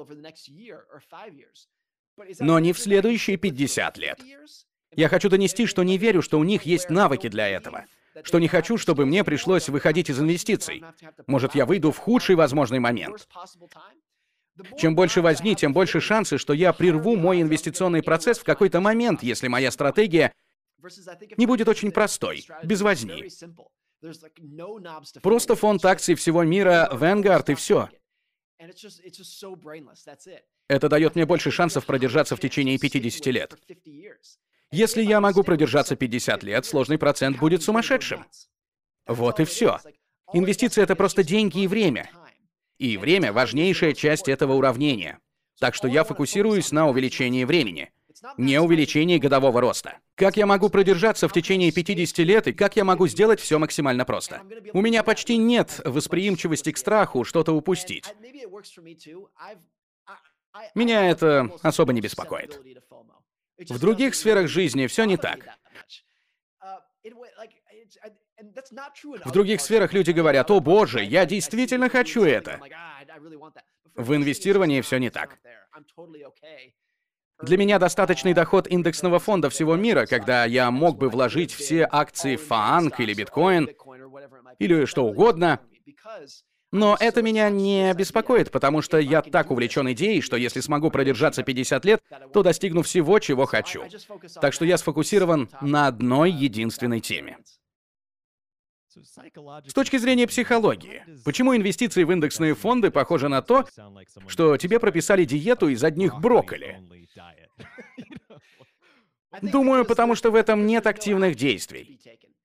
Но не в следующие пятьдесят лет. Я хочу донести, что не верю, что у них есть навыки для этого. Что не хочу, чтобы мне пришлось выходить из инвестиций. Может, я выйду в худший возможный момент. Чем больше возни, тем больше шансы, что я прерву мой инвестиционный процесс в какой-то момент, если моя стратегия не будет очень простой, без возни. Просто фонд акций всего мира, Vanguard и все. Это дает мне больше шансов продержаться в течение пятидесяти лет. Если я могу продержаться пятьдесят лет, сложный процент будет сумасшедшим. Вот и все. Инвестиции — это просто деньги и время. И время — важнейшая часть этого уравнения. Так что я фокусируюсь на увеличении времени, не увеличении годового роста. Как я могу продержаться в течение пятидесяти лет, и как я могу сделать все максимально просто? У меня почти нет восприимчивости к страху что-то упустить. Меня это особо не беспокоит. В других сферах жизни все не так. В других сферах люди говорят: «О боже, я действительно хочу это». В инвестировании все не так. Для меня достаточный доход индексного фонда всего мира, когда я мог бы вложить все акции в фаанг или биткоин, или что угодно. Но это меня не беспокоит, потому что я так увлечен идеей, что если смогу продержаться пятьдесят лет, то достигну всего, чего хочу. Так что я сфокусирован на одной единственной теме. С точки зрения психологии, почему инвестиции в индексные фонды похожи на то, что тебе прописали диету из одних брокколи? Думаю, потому что в этом нет активных действий.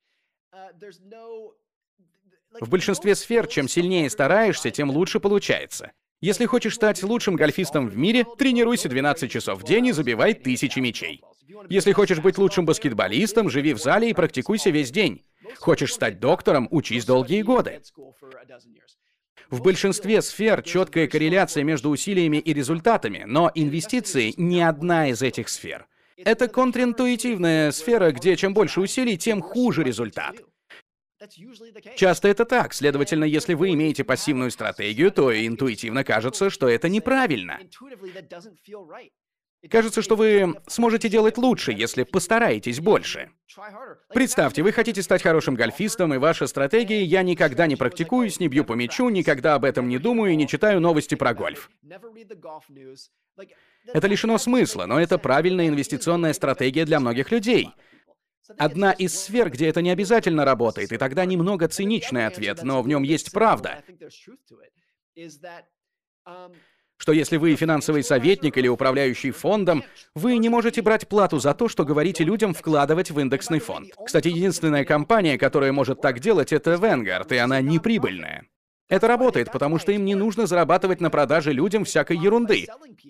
В большинстве сфер, чем сильнее стараешься, тем лучше получается. Если хочешь стать лучшим гольфистом в мире, тренируйся двенадцать часов в день и забивай тысячи мячей. Если хочешь быть лучшим баскетболистом, живи в зале и практикуйся весь день. Хочешь стать доктором, учись долгие годы. В большинстве сфер четкая корреляция между усилиями и результатами, но инвестиции — не одна из этих сфер. Это контринтуитивная сфера, где чем больше усилий, тем хуже результат. Часто это так. Следовательно, если вы имеете пассивную стратегию, то интуитивно кажется, что это неправильно. Кажется, что вы сможете делать лучше, если постараетесь больше. Представьте, вы хотите стать хорошим гольфистом, и ваша стратегия: «Я никогда не практикуюсь, не бью по мячу, никогда об этом не думаю и не читаю новости про гольф». Это лишено смысла, но это правильная инвестиционная стратегия для многих людей. Одна из сфер, где это не обязательно работает, и тогда немного циничный ответ, но в нем есть правда, что если вы финансовый советник или управляющий фондом, вы не можете брать плату за то, что говорите людям вкладывать в индексный фонд. Кстати, единственная компания, которая может так делать, это Vanguard, и она неприбыльная. Это работает, потому что им не нужно зарабатывать на продаже людям всякой ерунды,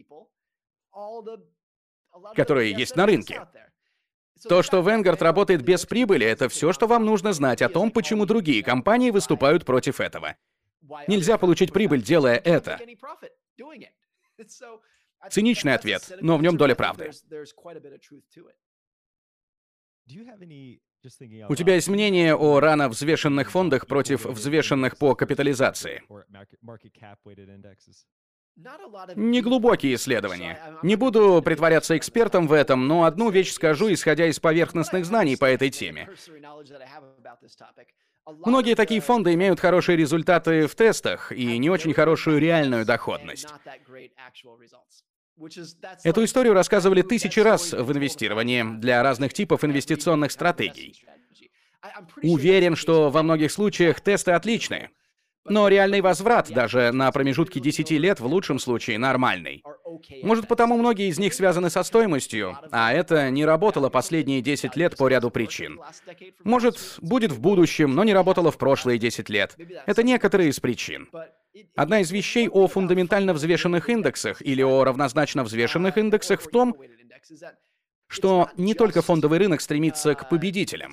которая есть на рынке. То, что Vanguard работает без прибыли, это все, что вам нужно знать о том, почему другие компании выступают против этого. Нельзя получить прибыль, делая это. Циничный ответ, но в нем доля правды. У тебя есть мнение о рано взвешенных фондах против взвешенных по капитализации? Неглубокие исследования. Не буду притворяться экспертом в этом, но одну вещь скажу, исходя из поверхностных знаний по этой теме. Многие такие фонды имеют хорошие результаты в тестах и не очень хорошую реальную доходность. Эту историю рассказывали тысячи раз в инвестировании для разных типов инвестиционных стратегий. Уверен, что во многих случаях тесты отличные. Но реальный возврат, даже на промежутке десяти лет, в лучшем случае, нормальный. Может, потому многие из них связаны со стоимостью, а это не работало последние десять лет по ряду причин. Может, будет в будущем, но не работало в прошлые десять лет. Это некоторые из причин. Одна из вещей о фундаментально взвешенных индексах или о равнозначно взвешенных индексах в том, что не только фондовый рынок стремится к победителям.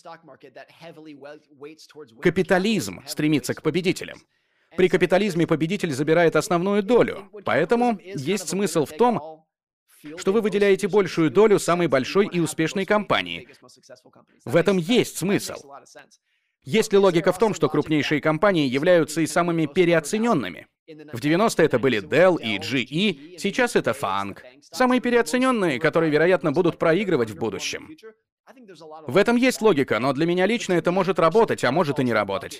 Капитализм стремится к победителям. При капитализме победитель забирает основную долю, поэтому есть смысл в том, что вы выделяете большую долю самой большой и успешной компании. В этом есть смысл. Есть ли логика в том, что крупнейшие компании являются и самыми переоцененными? В девяностые это были Dell и джи и, сейчас это Fang. Самые переоцененные, которые, вероятно, будут проигрывать в будущем. В этом есть логика, но для меня лично это может работать, а может и не работать.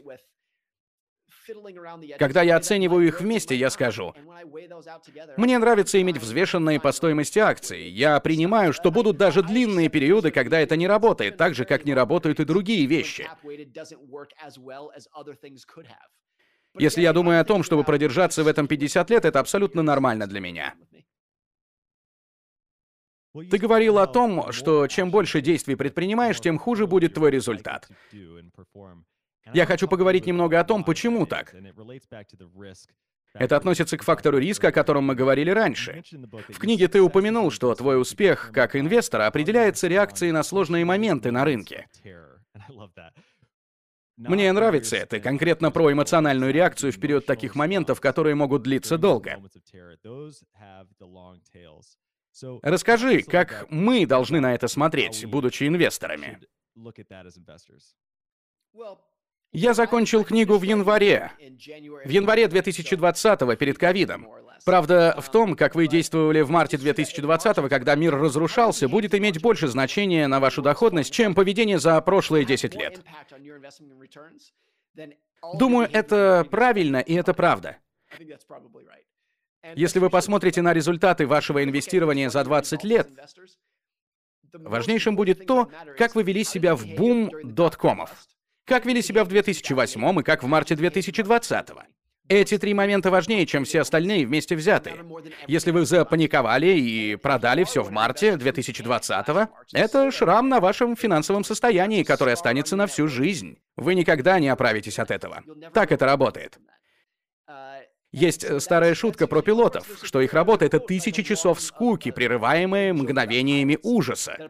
Когда я оцениваю их вместе, я скажу: мне нравится иметь взвешенные по стоимости акции. Я принимаю, что будут даже длинные периоды, когда это не работает, так же, как не работают и другие вещи. Если я думаю о том, чтобы продержаться в этом пятьдесят лет, это абсолютно нормально для меня. Ты говорил о том, что чем больше действий предпринимаешь, тем хуже будет твой результат. Я хочу поговорить немного о том, почему так. Это относится к фактору риска, о котором мы говорили раньше. В книге ты упомянул, что твой успех как инвестора определяется реакцией на сложные моменты на рынке. Мне нравится это, конкретно про эмоциональную реакцию в период таких моментов, которые могут длиться долго. Расскажи, как мы должны на это смотреть, будучи инвесторами. Я закончил книгу в январе. В январе две тысячи двадцатого, перед ковидом. Правда, в том, как вы действовали в марте две тысячи двадцатого, когда мир разрушался, будет иметь больше значения на вашу доходность, чем поведение за прошлые десять лет. Думаю, это правильно и это правда. Если вы посмотрите на результаты вашего инвестирования за двадцать лет, важнейшим будет то, как вы вели себя в бум доткомов. Как вели себя в две тысячи восьмом и как в марте две тысячи двадцатого. Эти три момента важнее, чем все остальные вместе взятые. Если вы запаниковали и продали все в марте две тысячи двадцатого, это шрам на вашем финансовом состоянии, который останется на всю жизнь. Вы никогда не оправитесь от этого. Так это работает. Есть старая шутка про пилотов, что их работа — это тысячи часов скуки, прерываемые мгновениями ужаса.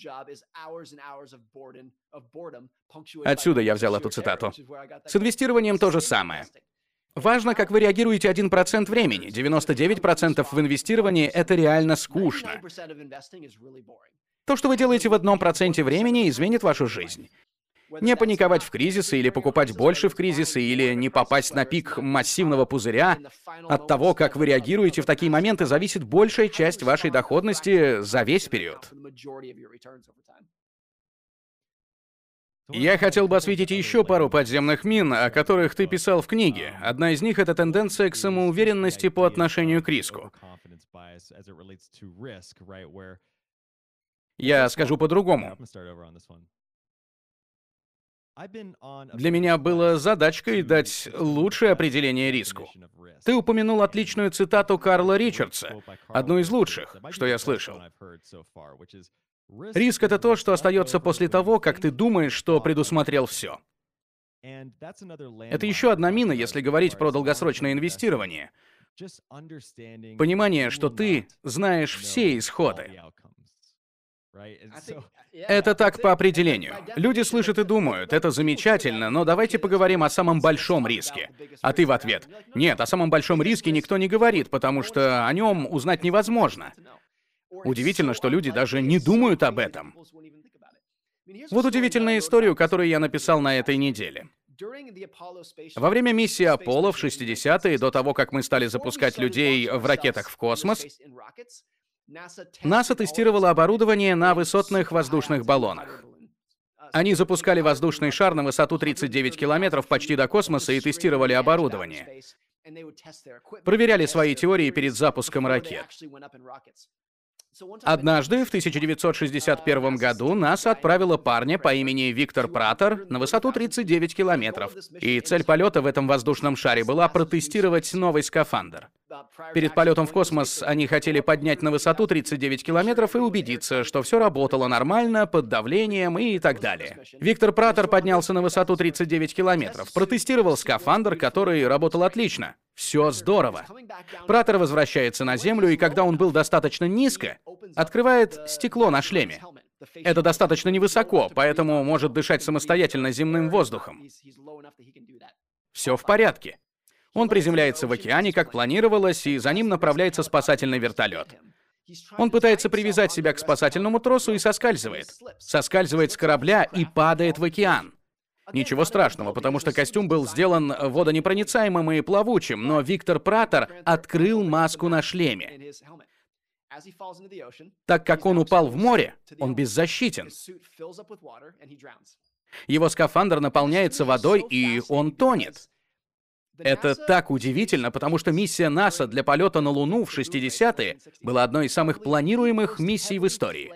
Отсюда я взял эту цитату. С инвестированием то же самое. Важно, как вы реагируете один процент времени. девяносто девять процентов в инвестировании — это реально скучно. То, что вы делаете в одном проценте времени, изменит вашу жизнь. Не паниковать в кризисы или покупать больше в кризисы, или не попасть на пик массивного пузыря. От того, как вы реагируете в такие моменты, зависит большая часть вашей доходности за весь период. Я хотел бы осветить еще пару подземных мин, о которых ты писал в книге. Одна из них — это тенденция к самоуверенности по отношению к риску. Я скажу по-другому. Для меня было задачкой дать лучшее определение риску. Ты упомянул отличную цитату Карла Ричардса, одну из лучших, что я слышал. Риск — это то, что остается после того, как ты думаешь, что предусмотрел все. Это еще одна мина, если говорить про долгосрочное инвестирование. Понимание, что ты знаешь все исходы. Это так по определению. Люди слышат и думают, это замечательно, но давайте поговорим о самом большом риске. А ты в ответ: нет, о самом большом риске никто не говорит, потому что о нем узнать невозможно. Удивительно, что люди даже не думают об этом. Вот удивительная история, которую я написал на этой неделе. Во время миссии Аполло в шестидесятые, до того, как мы стали запускать людей в ракетах в космос, НАСА тестировало оборудование на высотных воздушных баллонах. Они запускали воздушный шар на высоту тридцать девять километров почти до космоса и тестировали оборудование. Проверяли свои теории перед запуском ракет. Однажды, в тысяча девятьсот шестьдесят первом году, НАСА отправила парня по имени Виктор Пратер на высоту тридцать девять километров. И цель полета в этом воздушном шаре была протестировать новый скафандр. Перед полетом в космос они хотели поднять на высоту тридцать девять километров и убедиться, что все работало нормально, под давлением и так далее. Виктор Пратер поднялся на высоту тридцать девять километров, протестировал скафандр, который работал отлично. Все здорово. Пратер возвращается на Землю, и когда он был достаточно низко, открывает стекло на шлеме. Это достаточно невысоко, поэтому может дышать самостоятельно земным воздухом. Все в порядке. Он приземляется в океане, как планировалось, и за ним направляется спасательный вертолет. Он пытается привязать себя к спасательному тросу и соскальзывает. Соскальзывает с корабля и падает в океан. Ничего страшного, потому что костюм был сделан водонепроницаемым и плавучим, но Виктор Пратер открыл маску на шлеме. Так как он упал в море, он беззащитен. Его скафандр наполняется водой, и он тонет. Это так удивительно, потому что миссия НАСА для полета на Луну в шестидесятые была одной из самых планируемых миссий в истории.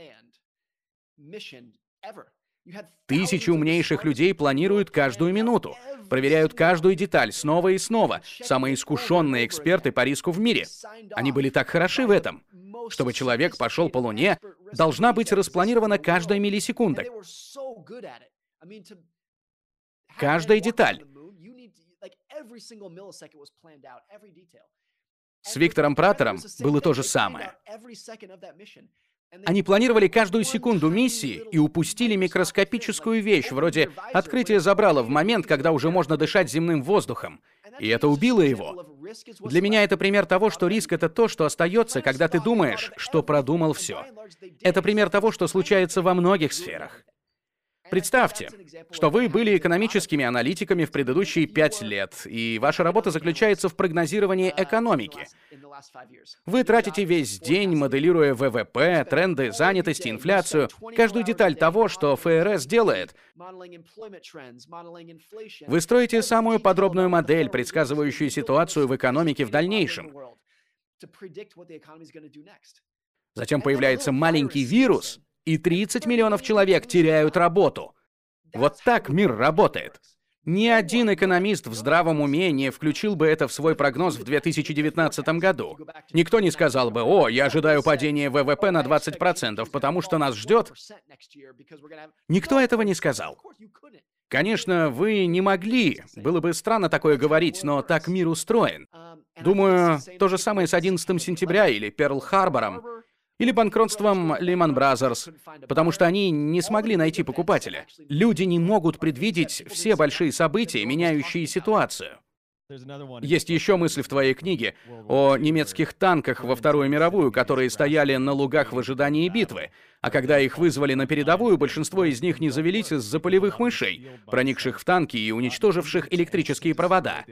Тысячи умнейших людей планируют каждую минуту, проверяют каждую деталь снова и снова. Самые искушенные эксперты по риску в мире. Они были так хороши в этом. Чтобы человек пошел по Луне, должна быть распланирована каждая миллисекунда. Каждая деталь. С Виктором Пратером было то же самое. Они планировали каждую секунду миссии и упустили микроскопическую вещь, вроде открытия забрала в момент, когда уже можно дышать земным воздухом. И это убило его. Для меня это пример того, что риск — это то, что остается, когда ты думаешь, что продумал все. Это пример того, что случается во многих сферах. Представьте, что вы были экономическими аналитиками в предыдущие пять лет, и ваша работа заключается в прогнозировании экономики. Вы тратите весь день, моделируя вэ вэ пэ, тренды занятости, инфляцию, каждую деталь того, что эф эр эс делает. Вы строите самую подробную модель, предсказывающую ситуацию в экономике в дальнейшем. Затем появляется маленький вирус, и тридцать миллионов человек теряют работу. Вот так мир работает. Ни один экономист в здравом уме не включил бы это в свой прогноз в две тысячи девятнадцатом году. Никто не сказал бы: «О, я ожидаю падения вэ вэ пэ на двадцать процентов, потому что нас ждет». Никто этого не сказал. Конечно, вы не могли. Было бы странно такое говорить, но так мир устроен. Думаю, то же самое с одиннадцатым сентября или Перл-Харбором. Или банкротством Lehman Brothers, потому что они не смогли найти покупателя. Люди не могут предвидеть все большие события, меняющие ситуацию. Есть еще мысль в твоей книге о немецких танках во Вторую мировую, которые стояли на лугах в ожидании битвы, а когда их вызвали на передовую, большинство из них не завелись из-за полевых мышей, проникших в танки и уничтоживших электрические провода.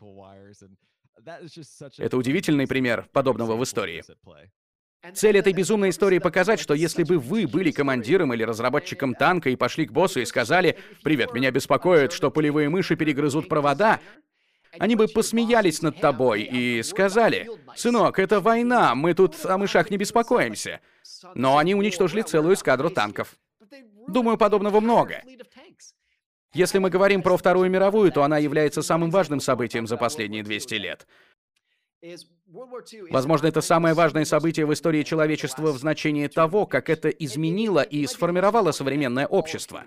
Это удивительный пример подобного в истории. Цель этой безумной истории — показать, что если бы вы были командиром или разработчиком танка и пошли к боссу и сказали: «Привет, меня беспокоит, что полевые мыши перегрызут провода», они бы посмеялись над тобой и сказали: «Сынок, это война, мы тут о мышах не беспокоимся». Но они уничтожили целую эскадру танков. Думаю, подобного много. Если мы говорим про Вторую мировую, то она является самым важным событием за последние двести лет. Возможно, это самое важное событие в истории человечества в значении того, как это изменило и сформировало современное общество.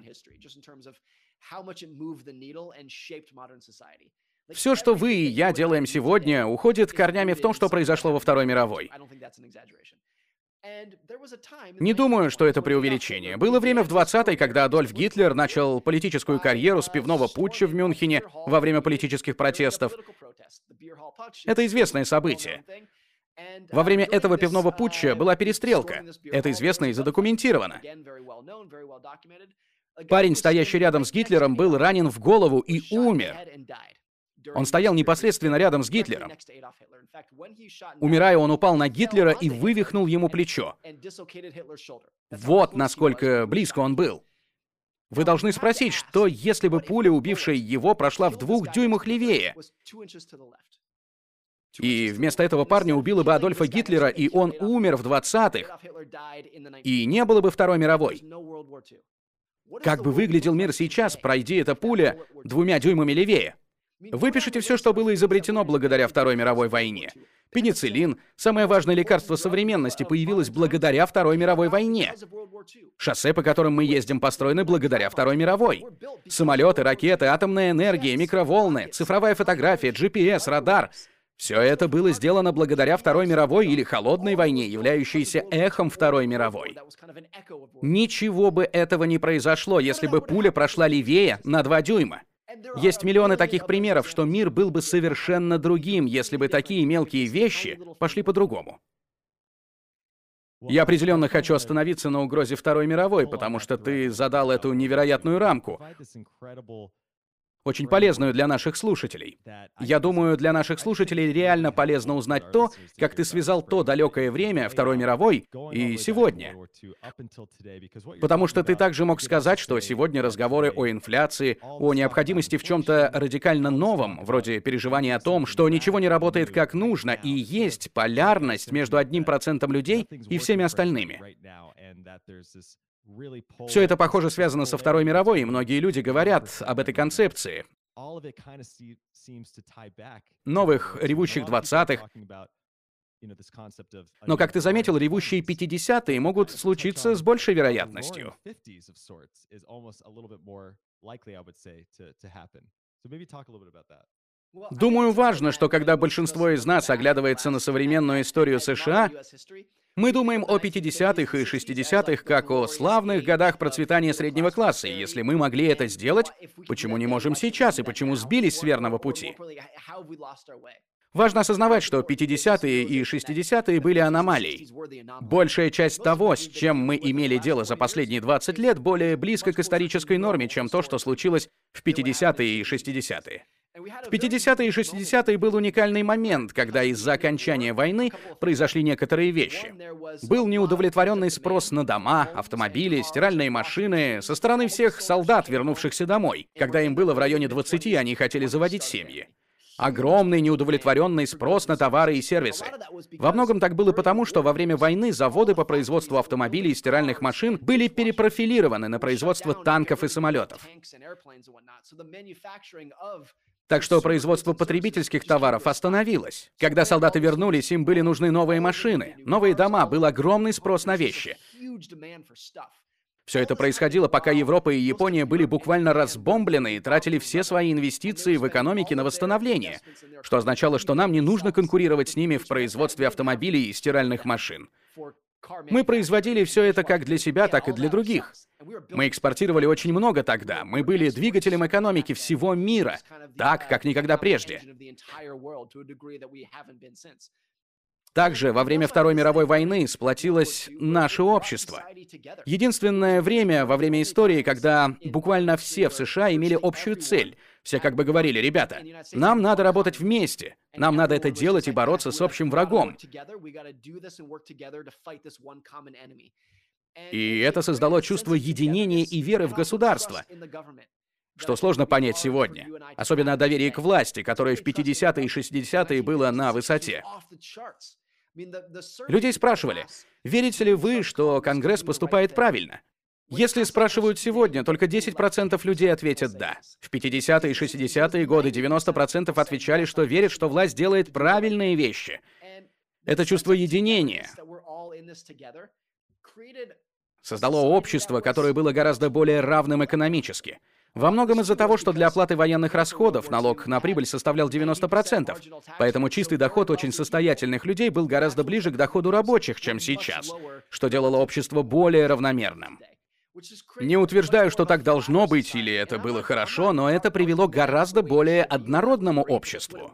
Все, что вы и я делаем сегодня, уходит корнями в том, что произошло во Второй мировой. Не думаю, что это преувеличение. Было время в двадцатые, когда Адольф Гитлер начал политическую карьеру с пивного путча в Мюнхене во время политических протестов. Это известное событие. Во время этого пивного путча была перестрелка. Это известно и задокументировано. Парень, стоящий рядом с Гитлером, был ранен в голову и умер. Он стоял непосредственно рядом с Гитлером. Умирая, он упал на Гитлера и вывихнул ему плечо. Вот насколько близко он был. Вы должны спросить, что если бы пуля, убившая его, прошла в двух дюймах левее? И вместо этого парня убило бы Адольфа Гитлера, и он умер в двадцатых, и не было бы Второй мировой. Как бы выглядел мир сейчас, пройди эта пуля двумя дюймами левее? Выпишите все, что было изобретено благодаря Второй мировой войне. Пенициллин, самое важное лекарство современности, появилось благодаря Второй мировой войне. Шоссе, по которым мы ездим, построены благодаря Второй мировой. Самолеты, ракеты, атомная энергия, микроволны, цифровая фотография, джи пи эс, радар — все это было сделано благодаря Второй мировой или Холодной войне, являющейся эхом Второй мировой. Ничего бы этого не произошло, если бы пуля прошла левее на два дюйма. Есть миллионы таких примеров, что мир был бы совершенно другим, если бы такие мелкие вещи пошли по-другому. Я определенно хочу остановиться на угрозе Второй мировой, потому что ты задал эту невероятную рамку, очень полезную для наших слушателей. Я думаю, для наших слушателей реально полезно узнать то, как ты связал то далекое время Второй мировой и сегодня. Потому что ты также мог сказать, что сегодня разговоры о инфляции, о необходимости в чем-то радикально новом, вроде переживания о том, что ничего не работает как нужно, и есть полярность между одним процентом людей и всеми остальными. Все это, похоже, связано со Второй мировой, и многие люди говорят об этой концепции. Новых ревущих двадцатых. Но, как ты заметил, ревущие пятидесятые могут случиться с большей вероятностью. Думаю, важно, что когда большинство из нас оглядывается на современную историю США, мы думаем о пятидесятых и шестидесятых как о славных годах процветания среднего класса, и если мы могли это сделать, почему не можем сейчас, и почему сбились с верного пути? Важно осознавать, что пятидесятые и шестидесятые были аномалией. Большая часть того, с чем мы имели дело за последние двадцать лет, более близко к исторической норме, чем то, что случилось в пятидесятые и шестидесятые. В пятидесятые и шестидесятые был уникальный момент, когда из-за окончания войны произошли некоторые вещи. Был неудовлетворенный спрос на дома, автомобили, стиральные машины со стороны всех солдат, вернувшихся домой. Когда им было в районе двадцати, они хотели заводить семьи. Огромный неудовлетворенный спрос на товары и сервисы. Во многом так было потому, что во время войны заводы по производству автомобилей и стиральных машин были перепрофилированы на производство танков и самолетов. Так что производство потребительских товаров остановилось. Когда солдаты вернулись, им были нужны новые машины, новые дома, был огромный спрос на вещи. Все это происходило, пока Европа и Япония были буквально разбомблены и тратили все свои инвестиции в экономике на восстановление, что означало, что нам не нужно конкурировать с ними в производстве автомобилей и стиральных машин. Мы производили все это как для себя, так и для других. Мы экспортировали очень много тогда. Мы были двигателем экономики всего мира, так, как никогда прежде. Также во время Второй мировой войны сплотилось наше общество. Единственное время во время истории, когда буквально все в США имели общую цель. Все как бы говорили: ребята, нам надо работать вместе, нам надо это делать и бороться с общим врагом. И это создало чувство единения и веры в государство, что сложно понять сегодня. Особенно доверие к власти, которое в пятидесятые и шестидесятые было на высоте. Людей спрашивали: верите ли вы, что Конгресс поступает правильно? Если спрашивают сегодня, только десять процентов людей ответят «да». В пятидесятые и шестидесятые годы девяносто процентов отвечали, что верят, что власть делает правильные вещи. Это чувство единения создало общество, которое было гораздо более равным экономически. Во многом из-за того, что для оплаты военных расходов налог на прибыль составлял девяносто процентов. Поэтому чистый доход очень состоятельных людей был гораздо ближе к доходу рабочих, чем сейчас, что делало общество более равномерным. Не утверждаю, что так должно быть или это было хорошо, но это привело к гораздо более однородному обществу.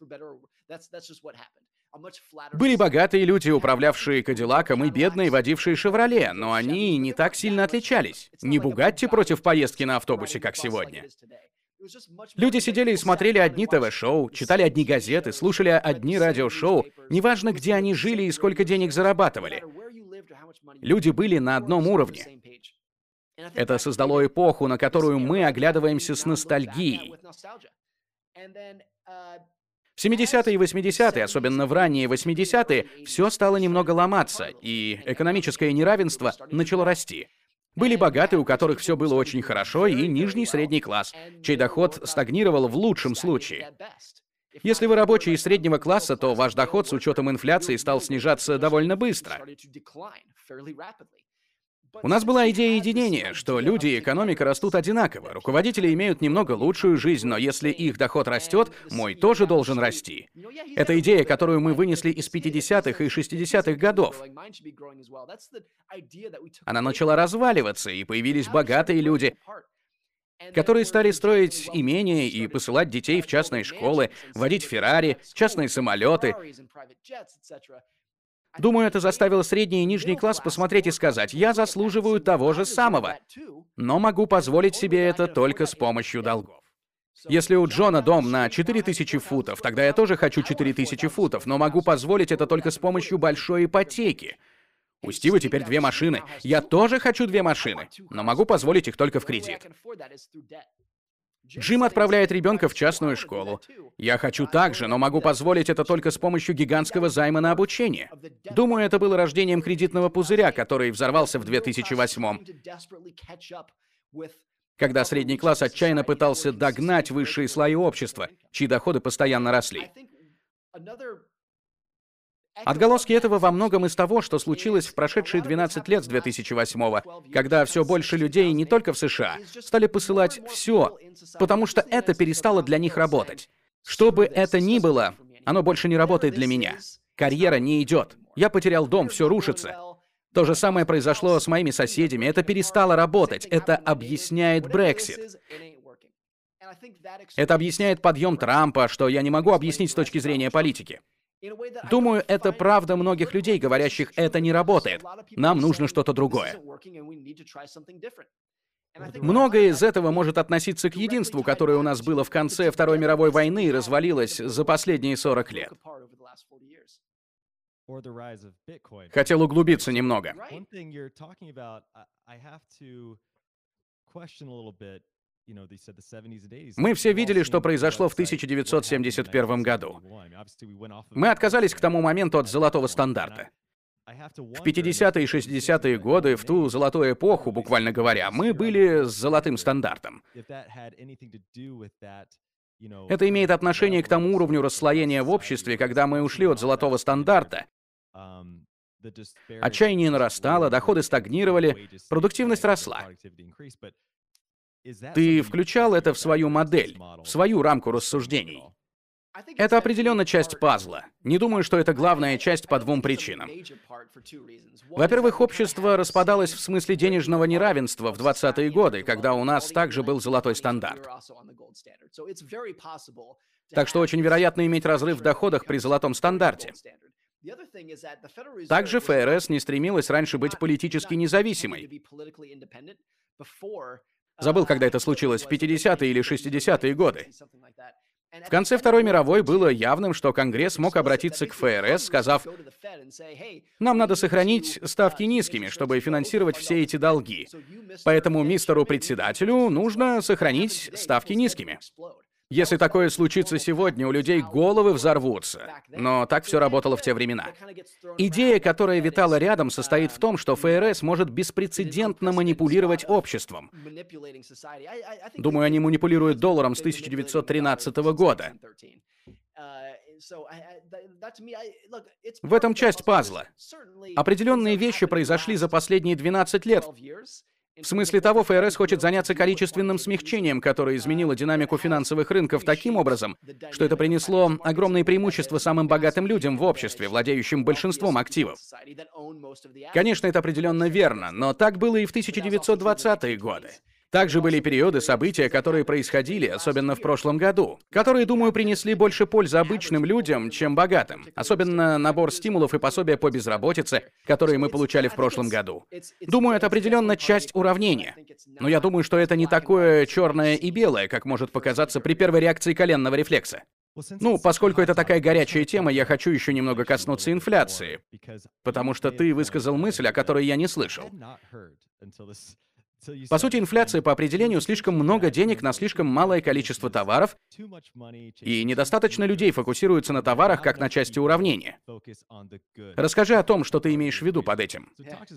Были богатые люди, управлявшие Кадиллаком, и бедные, водившие Шевроле, но они не так сильно отличались. Не Бугатти против поездки на автобусе, как сегодня. Люди сидели и смотрели одни ТВ-шоу, читали одни газеты, слушали одни радиошоу, неважно, где они жили и сколько денег зарабатывали. Люди были на одном уровне. Это создало эпоху, на которую мы оглядываемся с ностальгией. В семидесятые и восьмидесятые, особенно в ранние восьмидесятые, все стало немного ломаться, и экономическое неравенство начало расти. Были богатые, у которых все было очень хорошо, и нижний средний класс, чей доход стагнировал в лучшем случае. Если вы рабочий из среднего класса, то ваш доход с учетом инфляции стал снижаться довольно быстро. У нас была идея единения, что люди и экономика растут одинаково. Руководители имеют немного лучшую жизнь, но если их доход растет, мой тоже должен расти. Это идея, которую мы вынесли из пятидесятых и шестидесятых годов. Она начала разваливаться, и появились богатые люди, которые стали строить имения и посылать детей в частные школы, водить Феррари, частные самолеты. Думаю, это заставило средний и нижний класс посмотреть и сказать: «Я заслуживаю того же самого, но могу позволить себе это только с помощью долгов». Если у Джона дом на четыре тысячи футов, тогда я тоже хочу четыре тысячи футов, но могу позволить это только с помощью большой ипотеки. У Стива теперь две машины. Я тоже хочу две машины, но могу позволить их только в кредит. Джим отправляет ребенка в частную школу. Я хочу так же, но могу позволить это только с помощью гигантского займа на обучение. Думаю, это было рождением кредитного пузыря, который взорвался в две тысячи восьмом, когда средний класс отчаянно пытался догнать высшие слои общества, чьи доходы постоянно росли. Отголоски этого во многом из того, что случилось в прошедшие двенадцать лет с две тысячи восьмого, когда все больше людей, не только в США, стали посылать все, потому что это перестало для них работать. Что бы это ни было, оно больше не работает для меня. Карьера не идет. Я потерял дом, все рушится. То же самое произошло с моими соседями. Это перестало работать. Это объясняет Брексит. Это объясняет подъем Трампа, что я не могу объяснить с точки зрения политики. Думаю, это правда многих людей, говорящих: это не работает. Нам нужно что-то другое. Многое из этого может относиться к единству, которое у нас было в конце Второй мировой войны и развалилось за последние сорок лет. Хотел углубиться немного. Мы все видели, что произошло в тысяча девятьсот семьдесят первом году. Мы отказались к тому моменту от золотого стандарта. В пятидесятые и шестидесятые годы, в ту золотую эпоху, буквально говоря, мы были с золотым стандартом. Это имеет отношение к тому уровню расслоения в обществе, когда мы ушли от золотого стандарта. Отчаяние нарастало, доходы стагнировали, продуктивность росла. Ты включал это в свою модель, в свою рамку рассуждений. Это определенно часть пазла. Не думаю, что это главная часть по двум причинам. Во-первых, общество распадалось в смысле денежного неравенства в двадцатые годы, когда у нас также был золотой стандарт. Так что очень вероятно иметь разрыв в доходах при золотом стандарте. Также ФРС не стремилась раньше быть политически независимой. Забыл, когда это случилось, в пятидесятые или шестидесятые годы. В конце Второй мировой было явным, что Конгресс мог обратиться к ФРС, сказав: «Нам надо сохранить ставки низкими, чтобы финансировать все эти долги. Поэтому мистеру председателю нужно сохранить ставки низкими». Если такое случится сегодня, у людей головы взорвутся. Но так все работало в те времена. Идея, которая витала рядом, состоит в том, что ФРС может беспрецедентно манипулировать обществом. Думаю, они манипулируют долларом с тысяча девятьсот тринадцатого года. В этом часть пазла. Определенные вещи произошли за последние двенадцать лет. В смысле того, ФРС хочет заняться количественным смягчением, которое изменило динамику финансовых рынков таким образом, что это принесло огромные преимущества самым богатым людям в обществе, владеющим большинством активов. Конечно, это определенно верно, но так было и в тысяча девятьсот двадцатые годы. Также были периоды, события, которые происходили, особенно в прошлом году, которые, думаю, принесли больше пользы обычным людям, чем богатым. Особенно набор стимулов и пособия по безработице, которые мы получали в прошлом году. Думаю, это определенно часть уравнения. Но я думаю, что это не такое черное и белое, как может показаться при первой реакции коленного рефлекса. Ну, поскольку это такая горячая тема, я хочу еще немного коснуться инфляции, потому что ты высказал мысль, о которой я не слышал. По сути, инфляция по определению слишком много денег на слишком малое количество товаров, и недостаточно людей фокусируются на товарах как на части уравнения. Расскажи о том, что ты имеешь в виду под этим.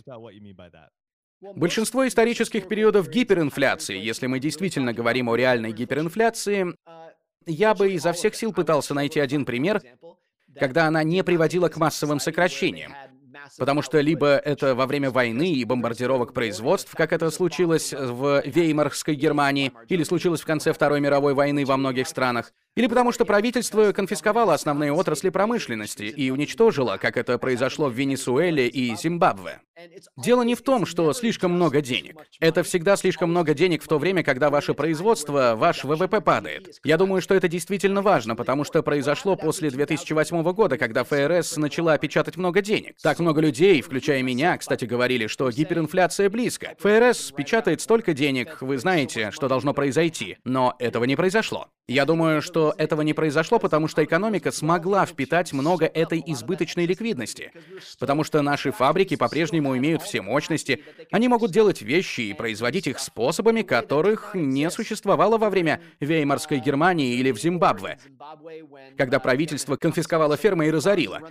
Большинство исторических периодов гиперинфляции, если мы действительно говорим о реальной гиперинфляции, я бы изо всех сил пытался найти один пример, когда она не приводила к массовым сокращениям. Потому что либо это во время войны и бомбардировок производств, как это случилось в Веймарской Германии, или случилось в конце Второй мировой войны во многих странах, или потому что правительство конфисковало основные отрасли промышленности и уничтожило, как это произошло в Венесуэле и Зимбабве. Дело не в том, что слишком много денег. Это всегда слишком много денег в то время, когда ваше производство, ваш вэ вэ пэ падает. Я думаю, что это действительно важно, потому что произошло после две тысячи восьмого года, когда эф эр эс начала печатать много денег. Так много людей, включая меня, кстати, говорили, что гиперинфляция близко. эф эр эс печатает столько денег, вы знаете, что должно произойти. Но этого не произошло. Я думаю, что этого не произошло, потому что экономика смогла впитать много этой избыточной ликвидности. Потому что наши фабрики по-прежнему имеют все мощности, они могут делать вещи и производить их способами, которых не существовало во время Веймарской Германии или в Зимбабве, когда правительство конфисковало фермы и разорило.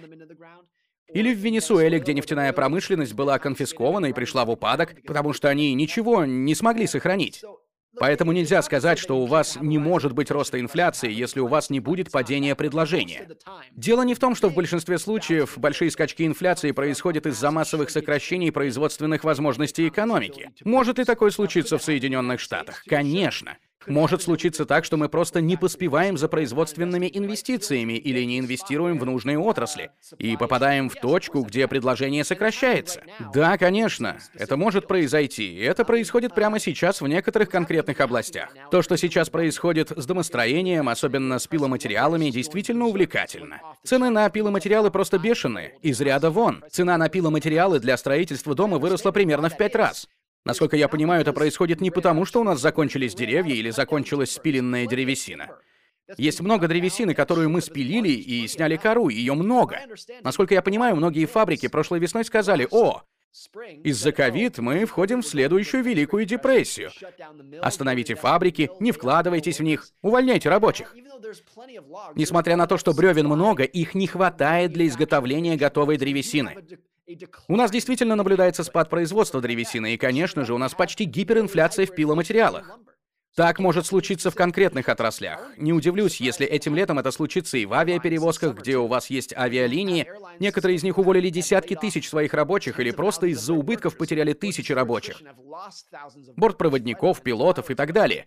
Или в Венесуэле, где нефтяная промышленность была конфискована и пришла в упадок, потому что они ничего не смогли сохранить. Поэтому нельзя сказать, что у вас не может быть роста инфляции, если у вас не будет падения предложения. Дело не в том, что в большинстве случаев большие скачки инфляции происходят из-за массовых сокращений производственных возможностей экономики. Может ли такое случиться в Соединенных Штатах? Конечно. Может случиться так, что мы просто не поспеваем за производственными инвестициями или не инвестируем в нужные отрасли и попадаем в точку, где предложение сокращается. Да, конечно, это может произойти, и это происходит прямо сейчас в некоторых конкретных областях. То, что сейчас происходит с домостроением, особенно с пиломатериалами, действительно увлекательно. Цены на пиломатериалы просто бешеные, из ряда вон. Цена на пиломатериалы для строительства дома выросла примерно в пять раз. Насколько я понимаю, это происходит не потому, что у нас закончились деревья или закончилась спиленная древесина. Есть много древесины, которую мы спилили и сняли кору, ее много. Насколько я понимаю, многие фабрики прошлой весной сказали: «О, из-за ковид мы входим в следующую Великую депрессию. Остановите фабрики, не вкладывайтесь в них, увольняйте рабочих». Несмотря на то, что бревен много, их не хватает для изготовления готовой древесины. У нас действительно наблюдается спад производства древесины, и, конечно же, у нас почти гиперинфляция в пиломатериалах. Так может случиться в конкретных отраслях. Не удивлюсь, если этим летом это случится и в авиаперевозках, где у вас есть авиалинии. Некоторые из них уволили десятки тысяч своих рабочих или просто из-за убытков потеряли тысячи рабочих. Бортпроводников, пилотов и так далее.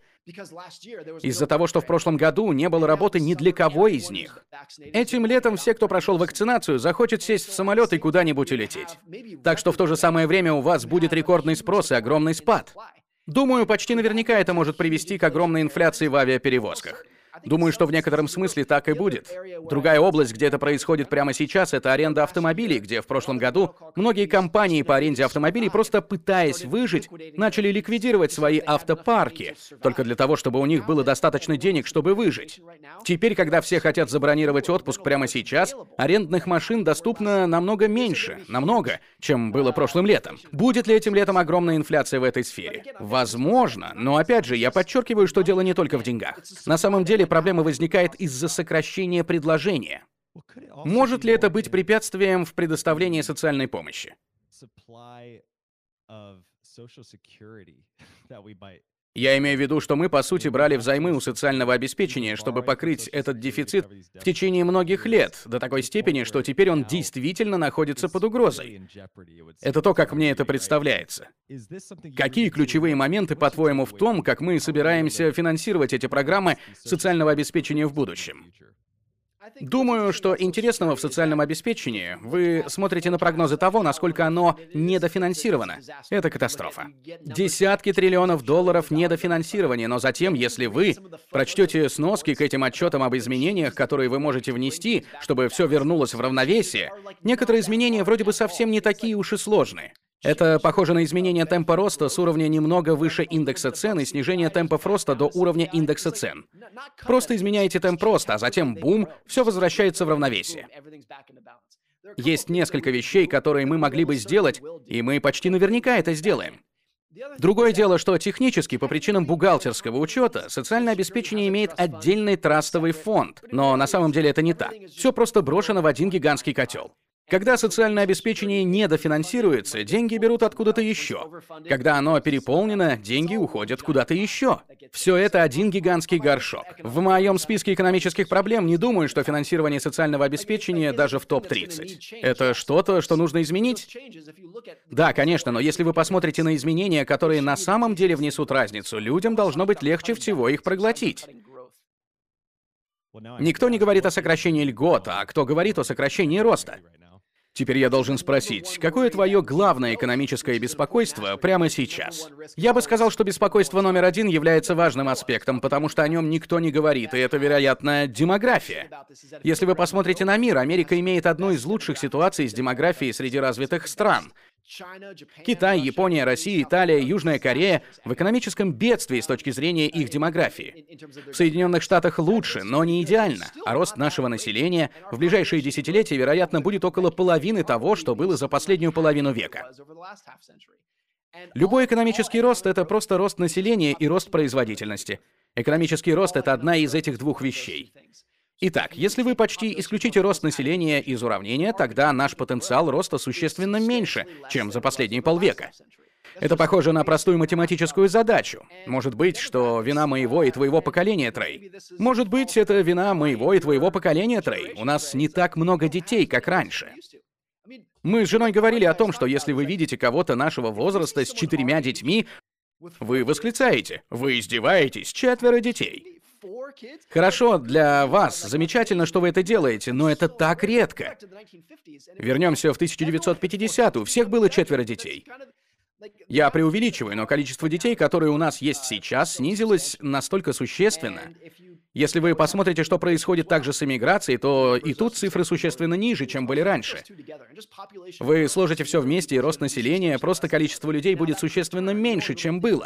Из-за того, что в прошлом году не было работы ни для кого из них. Этим летом все, кто прошел вакцинацию, захочет сесть в самолет и куда-нибудь улететь. Так что в то же самое время у вас будет рекордный спрос и огромный спад. Думаю, почти наверняка это может привести к огромной инфляции в авиаперевозках. Думаю, что в некотором смысле так и будет. Другая область, где это происходит прямо сейчас, это аренда автомобилей, где в прошлом году многие компании по аренде автомобилей, просто пытаясь выжить, начали ликвидировать свои автопарки, только для того, чтобы у них было достаточно денег, чтобы выжить. Теперь, когда все хотят забронировать отпуск прямо сейчас, арендных машин доступно намного меньше, намного, чем было прошлым летом. Будет ли этим летом огромная инфляция в этой сфере? Возможно, но опять же, я подчеркиваю, что дело не только в деньгах. На самом деле, проблема возникает из-за сокращения предложения. Может ли это быть препятствием в предоставлении социальной помощи? Я имею в виду, что мы, по сути, брали взаймы у социального обеспечения, чтобы покрыть этот дефицит в течение многих лет, до такой степени, что теперь он действительно находится под угрозой. Это то, как мне это представляется. Какие ключевые моменты, по-твоему, в том, как мы собираемся финансировать эти программы социального обеспечения в будущем? Думаю, что интересного в социальном обеспечении, вы смотрите на прогнозы того, насколько оно недофинансировано. Это катастрофа. Десятки триллионов долларов недофинансирования, но затем, если вы прочтете сноски к этим отчетам об изменениях, которые вы можете внести, чтобы все вернулось в равновесие, некоторые изменения вроде бы совсем не такие уж и сложные. Это похоже на изменение темпа роста с уровня немного выше индекса цен и снижение темпов роста до уровня индекса цен. Просто изменяете темп роста, а затем бум, все возвращается в равновесие. Есть несколько вещей, которые мы могли бы сделать, и мы почти наверняка это сделаем. Другое дело, что технически, по причинам бухгалтерского учета, социальное обеспечение имеет отдельный трастовый фонд. Но на самом деле это не так. Все просто брошено в один гигантский котел. Когда социальное обеспечение недофинансируется, деньги берут откуда-то еще. Когда оно переполнено, деньги уходят куда-то еще. Все это один гигантский горшок. В моем списке экономических проблем не думаю, что финансирование социального обеспечения даже в топ тридцать. Это что-то, что нужно изменить? Да, конечно, но если вы посмотрите на изменения, которые на самом деле внесут разницу, людям должно быть легче всего их проглотить. Никто не говорит о сокращении льгот, а кто говорит о сокращении роста? Теперь я должен спросить, какое твое главное экономическое беспокойство прямо сейчас? Я бы сказал, что беспокойство номер один является важным аспектом, потому что о нем никто не говорит, и это, вероятно, демография. Если вы посмотрите на мир, Америка имеет одну из лучших ситуаций с демографией среди развитых стран. Китай, Япония, Россия, Италия, Южная Корея в экономическом бедствии с точки зрения их демографии. В Соединенных Штатах лучше, но не идеально, а рост нашего населения в ближайшие десятилетия, вероятно, будет около половины того, что было за последнюю половину века. Любой экономический рост — это просто рост населения и рост производительности. Экономический рост — это одна из этих двух вещей. Итак, если вы почти исключите рост населения из уравнения, тогда наш потенциал роста существенно меньше, чем за последние полвека. Это похоже на простую математическую задачу. Может быть, что вина моего и твоего поколения, Трей. Может быть, это вина моего и твоего поколения, Трей. У нас не так много детей, как раньше. Мы с женой говорили о том, что если вы видите кого-то нашего возраста с четырьмя детьми, вы восклицаете: «Вы издеваетесь, четверо детей». Хорошо, для вас замечательно, что вы это делаете, но это так редко. Вернемся в тысяча девятьсот пятидесятые, у всех было четверо детей. Я преувеличиваю, но количество детей, которые у нас есть сейчас, снизилось настолько существенно. Если вы посмотрите, что происходит также с эмиграцией, то и тут цифры существенно ниже, чем были раньше. Вы сложите все вместе, и рост населения, просто количество людей будет существенно меньше, чем было.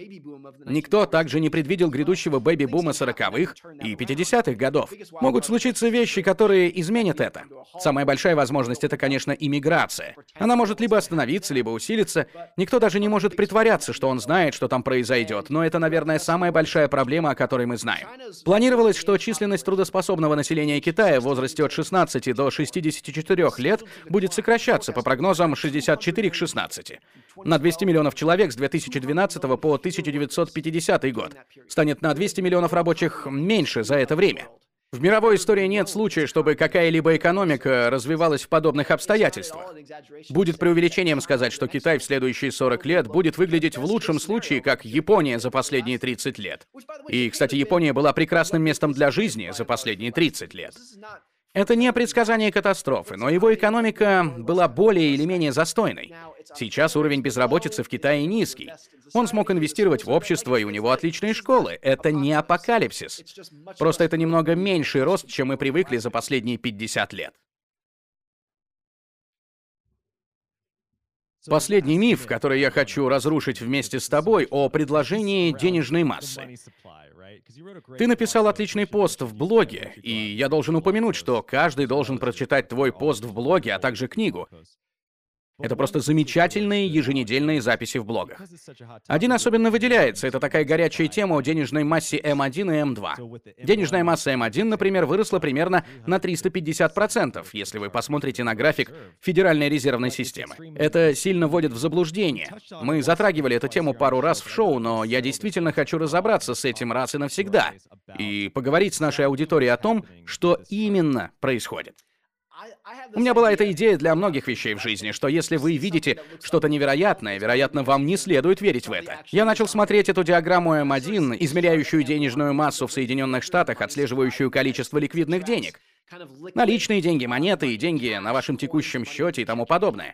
Никто также не предвидел грядущего бэби-бума сороковых и пятидесятых годов. Могут случиться вещи, которые изменят это. Самая большая возможность — это, конечно, иммиграция. Она может либо остановиться, либо усилиться. Никто даже не может притворяться, что он знает, что там произойдет, но это, наверное, самая большая проблема, о которой мы знаем. Планировалось, что численность трудоспособного населения Китая в возрасте от шестнадцати до шестидесяти четырёх лет будет сокращаться, по прогнозам, шестьдесят четыре к шестнадцати. На двести миллионов человек с две тысячи двенадцатого по тысяча девятьсот пятидесятый год. Станет на двести миллионов рабочих меньше за это время. В мировой истории нет случая, чтобы какая-либо экономика развивалась в подобных обстоятельствах. Будет преувеличением сказать, что Китай в следующие сорок лет будет выглядеть в лучшем случае, как Япония за последние тридцать лет. И, кстати, Япония была прекрасным местом для жизни за последние тридцать лет. Это не предсказание катастрофы, но его экономика была более или менее застойной. Сейчас уровень безработицы в Китае низкий. Он смог инвестировать в общество, и у него отличные школы. Это не апокалипсис. Просто это немного меньший рост, чем мы привыкли за последние пятьдесят лет. Последний миф, который я хочу разрушить вместе с тобой, о предложении денежной массы. Ты написал отличный пост в блоге, и я должен упомянуть, что каждый должен прочитать твой пост в блоге, а также книгу. Это просто замечательные еженедельные записи в блогах. Один особенно выделяется. Это такая горячая тема о денежной массе эм один и эм два. Денежная масса эм один, например, выросла примерно на триста пятьдесят процентов, если вы посмотрите на график Федеральной резервной системы. Это сильно вводит в заблуждение. Мы затрагивали эту тему пару раз в шоу, но я действительно хочу разобраться с этим раз и навсегда и поговорить с нашей аудиторией о том, что именно происходит. У меня была эта идея для многих вещей в жизни, что если вы видите что-то невероятное, вероятно, вам не следует верить в это. Я начал смотреть эту диаграмму эм один, измеряющую денежную массу в Соединенных Штатах, отслеживающую количество ликвидных денег. Наличные деньги, монеты и деньги на вашем текущем счете и тому подобное.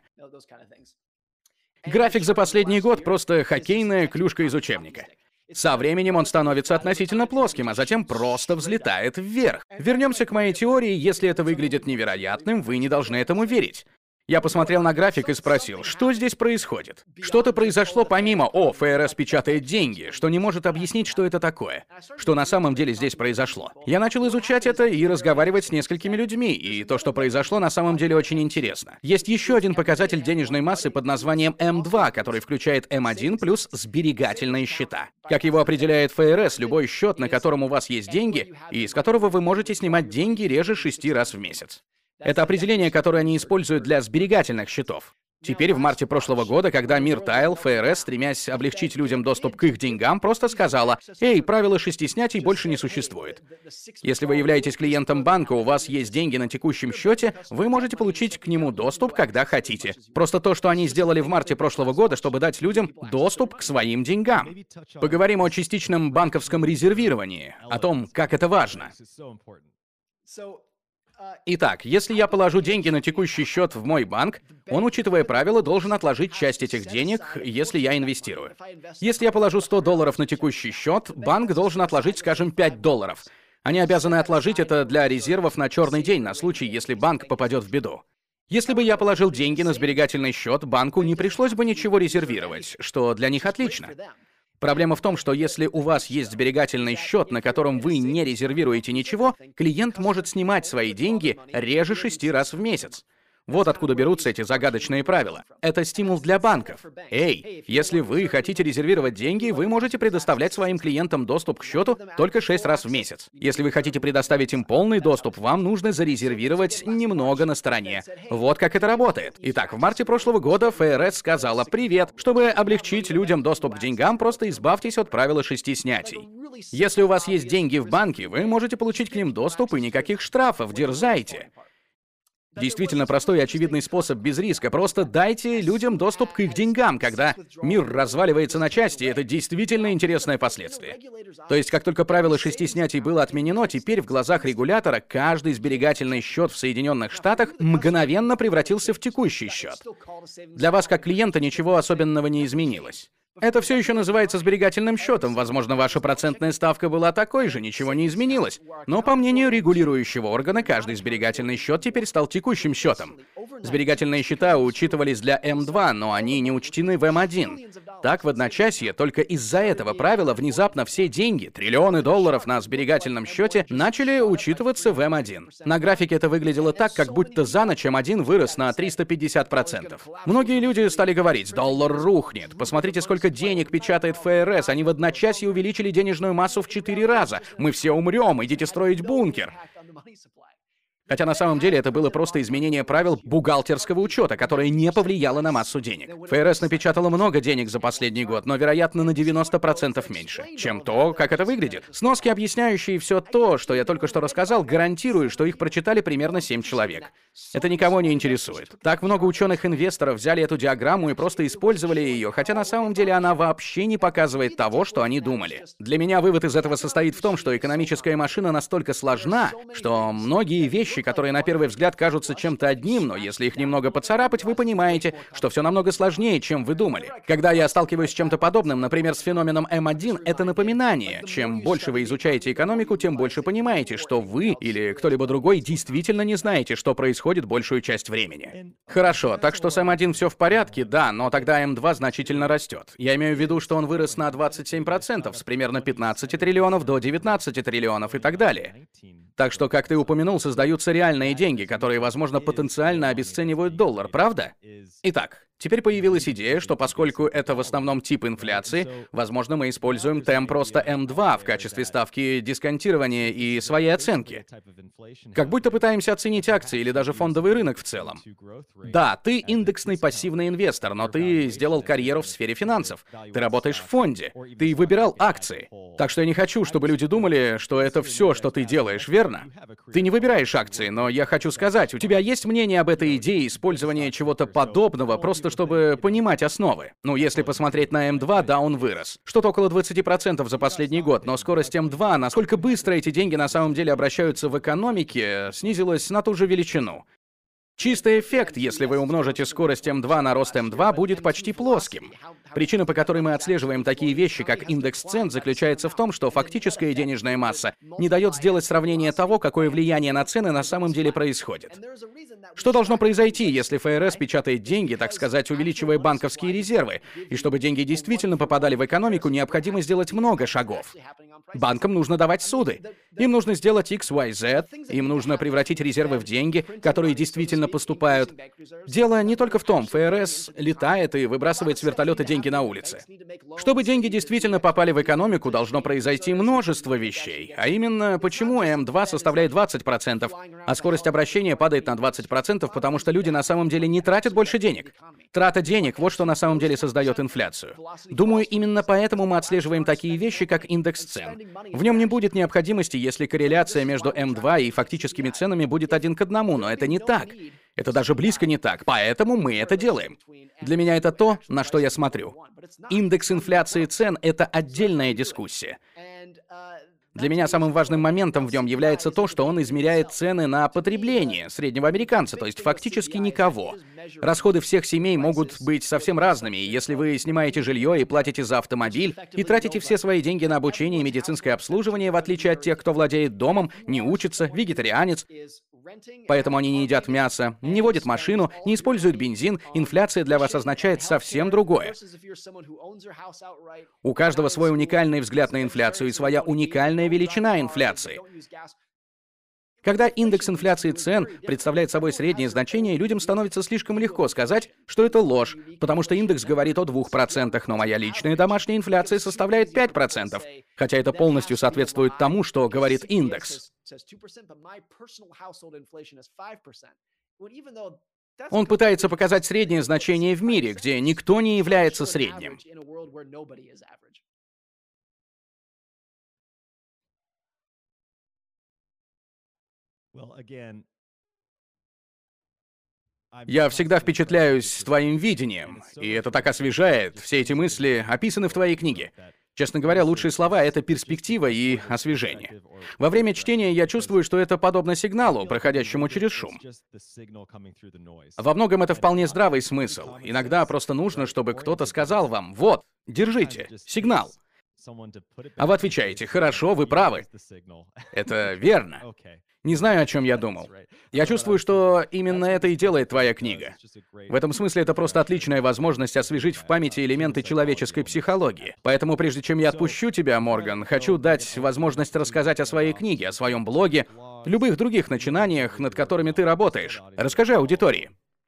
График за последний год — просто хоккейная клюшка из учебника. Со временем он становится относительно плоским, а затем просто взлетает вверх. Вернемся к моей теории: если это выглядит невероятным, вы не должны этому верить. Я посмотрел на график и спросил, что здесь происходит? Что-то произошло помимо «О, ФРС печатает деньги», что не может объяснить, что это такое. Что на самом деле здесь произошло. Я начал изучать это и разговаривать с несколькими людьми, и то, что произошло, на самом деле очень интересно. Есть еще один показатель денежной массы под названием эм два, который включает эм один плюс сберегательные счета. Как его определяет ФРС, любой счет, на котором у вас есть деньги, и из которого вы можете снимать деньги реже шести раз в месяц. Это определение, которое они используют для сберегательных счетов. Теперь, в марте прошлого года, когда мир таял, ФРС, стремясь облегчить людям доступ к их деньгам, просто сказала: «Эй, правило шести снятий больше не существует. Если вы являетесь клиентом банка, у вас есть деньги на текущем счете, вы можете получить к нему доступ, когда хотите». Просто то, что они сделали в марте прошлого года, чтобы дать людям доступ к своим деньгам. Поговорим о частичном банковском резервировании, о том, как это важно. Итак, если я положу деньги на текущий счет в мой банк, он, учитывая правила, должен отложить часть этих денег, если я инвестирую. Если я положу сто долларов на текущий счет, банк должен отложить, скажем, пять долларов. Они обязаны отложить это для резервов на черный день, на случай, если банк попадет в беду. Если бы я положил деньги на сберегательный счет, банку не пришлось бы ничего резервировать, что для них отлично. Проблема в том, что если у вас есть сберегательный счет, на котором вы не резервируете ничего, клиент может снимать свои деньги реже шести раз в месяц. Вот откуда берутся эти загадочные правила. Это стимул для банков. Эй, если вы хотите резервировать деньги, вы можете предоставлять своим клиентам доступ к счету только шесть раз в месяц. Если вы хотите предоставить им полный доступ, вам нужно зарезервировать немного на стороне. Вот как это работает. Итак, в марте прошлого года ФРС сказала: «Привет, чтобы облегчить людям доступ к деньгам, просто избавьтесь от правила шести снятий. Если у вас есть деньги в банке, вы можете получить к ним доступ и никаких штрафов, дерзайте». Действительно простой и очевидный способ без риска. Просто дайте людям доступ к их деньгам, когда мир разваливается на части. Это действительно интересное последствие. То есть, как только правило шести снятий было отменено, теперь в глазах регулятора каждый сберегательный счет в Соединенных Штатах мгновенно превратился в текущий счет. Для вас, как клиента, ничего особенного не изменилось. Это все еще называется сберегательным счетом. Возможно, ваша процентная ставка была такой же, ничего не изменилось. Но, по мнению регулирующего органа, каждый сберегательный счет теперь стал текущим счетом. Сберегательные счета учитывались для эм два, но они не учтены в эм один. Так, в одночасье, только из-за этого правила внезапно все деньги, триллионы долларов на сберегательном счете, начали учитываться в эм один. На графике это выглядело так, как будто за ночь эм один вырос на триста пятьдесят процентов. Многие люди стали говорить: «Доллар рухнет. Посмотрите, сколько денег печатает ФРС. Они в одночасье увеличили денежную массу в четыре раза. Мы все умрем. Идите строить бункер». Хотя на самом деле это было просто изменение правил бухгалтерского учета, которое не повлияло на массу денег. ФРС напечатала много денег за последний год, но, вероятно, на девяносто процентов меньше, чем то, как это выглядит. Сноски, объясняющие все то, что я только что рассказал, гарантирую, что их прочитали примерно семь человек. Это никого не интересует. Так много ученых-инвесторов взяли эту диаграмму и просто использовали ее, хотя на самом деле она вообще не показывает того, что они думали. Для меня вывод из этого состоит в том, что экономическая машина настолько сложна, что многие вещи, которые на первый взгляд кажутся чем-то одним, но если их немного поцарапать, вы понимаете, что все намного сложнее, чем вы думали. Когда я сталкиваюсь с чем-то подобным, например, с феноменом эм один, это напоминание. Чем больше вы изучаете экономику, тем больше понимаете, что вы или кто-либо другой действительно не знаете, что происходит большую часть времени. Хорошо, так что с эм один все в порядке, да, но тогда эм два значительно растет. Я имею в виду, что он вырос на двадцать семь процентов, с примерно пятнадцати триллионов до девятнадцати триллионов и так далее. Так что, как ты упомянул, создаются реальные деньги, которые, возможно, потенциально обесценивают доллар, правда? Итак, теперь появилась идея, что поскольку это в основном тип инфляции, возможно, мы используем темп роста эм два в качестве ставки дисконтирования и своей оценки. Как будто пытаемся оценить акции или даже фондовый рынок в целом. Да, ты индексный пассивный инвестор, но ты сделал карьеру в сфере финансов. Ты работаешь в фонде. Ты выбирал акции. Так что я не хочу, чтобы люди думали, что это все, что ты делаешь, верно? Ты не выбираешь акции, но я хочу сказать, у тебя есть мнение об этой идее использования чего-то подобного, просто чтобы понимать основы. Ну, если посмотреть на эм два, да, он вырос. Что-то около двадцати процентов за последний год, но скорость эм два, насколько быстро эти деньги на самом деле обращаются в экономике, снизилась на ту же величину. Чистый эффект, если вы умножите скорость эм два на рост эм два, будет почти плоским. Причина, по которой мы отслеживаем такие вещи, как индекс цен, заключается в том, что фактическая денежная масса не дает сделать сравнение того, какое влияние на цены на самом деле происходит. Что должно произойти, если ФРС печатает деньги, так сказать, увеличивая банковские резервы? И чтобы деньги действительно попадали в экономику, необходимо сделать много шагов. Банкам нужно давать суды. Им нужно сделать X Y Z, им нужно превратить резервы в деньги, которые действительно поступают. Дело не только в том, ФРС летает и выбрасывает с вертолета деньги на улице. Чтобы деньги действительно попали в экономику, должно произойти множество вещей. А именно, почему эм два составляет двадцать процентов, а скорость обращения падает на двадцать процентов, потому что люди на самом деле не тратят больше денег. Трата денег — вот что на самом деле создает инфляцию. Думаю, именно поэтому мы отслеживаем такие вещи, как индекс цен. В нем не будет необходимости, если корреляция между эм два и фактическими ценами будет один к одному, но это не так. Это даже близко не так, поэтому мы это делаем. Для меня это то, на что я смотрю. Индекс инфляции цен — это отдельная дискуссия. Для меня самым важным моментом в нем является то, что он измеряет цены на потребление среднего американца, то есть фактически никого. Расходы всех семей могут быть совсем разными, и если вы снимаете жилье и платите за автомобиль, и тратите все свои деньги на обучение и медицинское обслуживание, в отличие от тех, кто владеет домом, не учится, вегетарианец, поэтому они не едят мясо, не водят машину, не используют бензин, инфляция для вас означает совсем другое. У каждого свой уникальный взгляд на инфляцию и своя уникальная величина инфляции. Когда индекс инфляции цен представляет собой среднее значение, людям становится слишком легко сказать, что это ложь, потому что индекс говорит о двух процентах, но моя личная домашняя инфляция составляет пять процентов, хотя это полностью соответствует тому, что говорит индекс. Он пытается показать среднее значение в мире, где никто не является средним. Я всегда впечатляюсь твоим видением, и это так освежает. Все эти мысли описаны в твоей книге. Честно говоря, лучшие слова — это перспектива и освежение. Во время чтения я чувствую, что это подобно сигналу, проходящему через шум. Во многом это вполне здравый смысл. Иногда просто нужно, чтобы кто-то сказал вам: «Вот, держите, сигнал». А вы отвечаете: «Хорошо, вы правы». Это верно. Не знаю, о чем я думал. Я чувствую, что именно это и делает твоя книга. В этом смысле это просто отличная возможность освежить в памяти элементы человеческой психологии. Поэтому прежде чем я отпущу тебя, Морган, хочу дать возможность рассказать о своей книге, о своем блоге, любых других начинаниях, над которыми ты работаешь. Расскажи аудитории.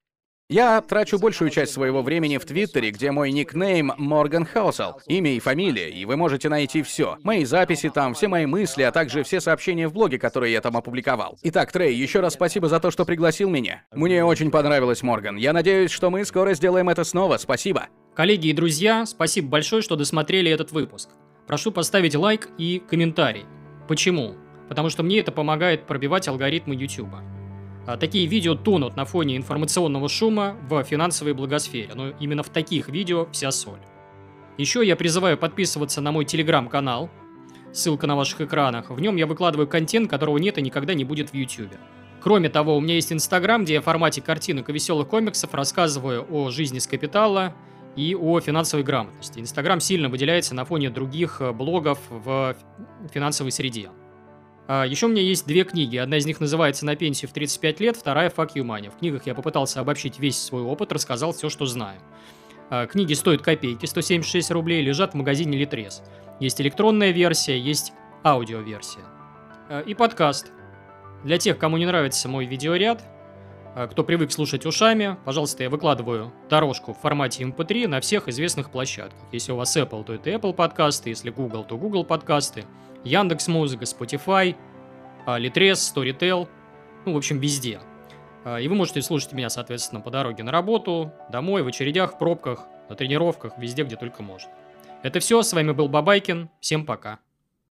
Я трачу большую часть своего времени в Твиттере, где мой никнейм Морган Хаусел, имя и фамилия, и вы можете найти все. Мои записи там, все мои мысли, а также все сообщения в блоге, которые я там опубликовал. Итак, Трей, еще раз спасибо за то, что пригласил меня. Мне очень понравилось, Морган. Я надеюсь, что мы скоро сделаем это снова. Спасибо. Коллеги и друзья, спасибо большое, что досмотрели этот выпуск. Прошу поставить лайк и комментарий. Почему? Потому что мне это помогает пробивать алгоритмы YouTube. Такие видео тонут на фоне информационного шума в финансовой благосфере, но именно в таких видео вся соль. Еще я призываю подписываться на мой телеграм-канал, ссылка на ваших экранах. В нем я выкладываю контент, которого нет и никогда не будет в YouTube. Кроме того, у меня есть Инстаграм, где я в формате картинок и веселых комиксов рассказываю о жизни с капитала и о финансовой грамотности. Инстаграм сильно выделяется на фоне других блогов в финансовой среде. Еще у меня есть две книги. Одна из них называется «На пенсию в тридцать пять лет», вторая «Fuck you money». В книгах я попытался обобщить весь свой опыт, рассказал все, что знаю. Книги стоят копейки, сто семьдесят шесть рублей, лежат в магазине Литрес. Есть электронная версия, есть аудиоверсия. И подкаст. Для тех, кому не нравится мой видеоряд, кто привык слушать ушами, пожалуйста, я выкладываю дорожку в формате эм пэ три на всех известных площадках. Если у вас Apple, то это Apple подкасты, если Google, то Google подкасты, Яндекс.Музыка, Spotify, Litres, Storytel, ну, в общем, везде. И вы можете слушать меня, соответственно, по дороге на работу, домой, в очередях, в пробках, на тренировках, везде, где только можно. Это все, с вами был Бабайкин, всем пока.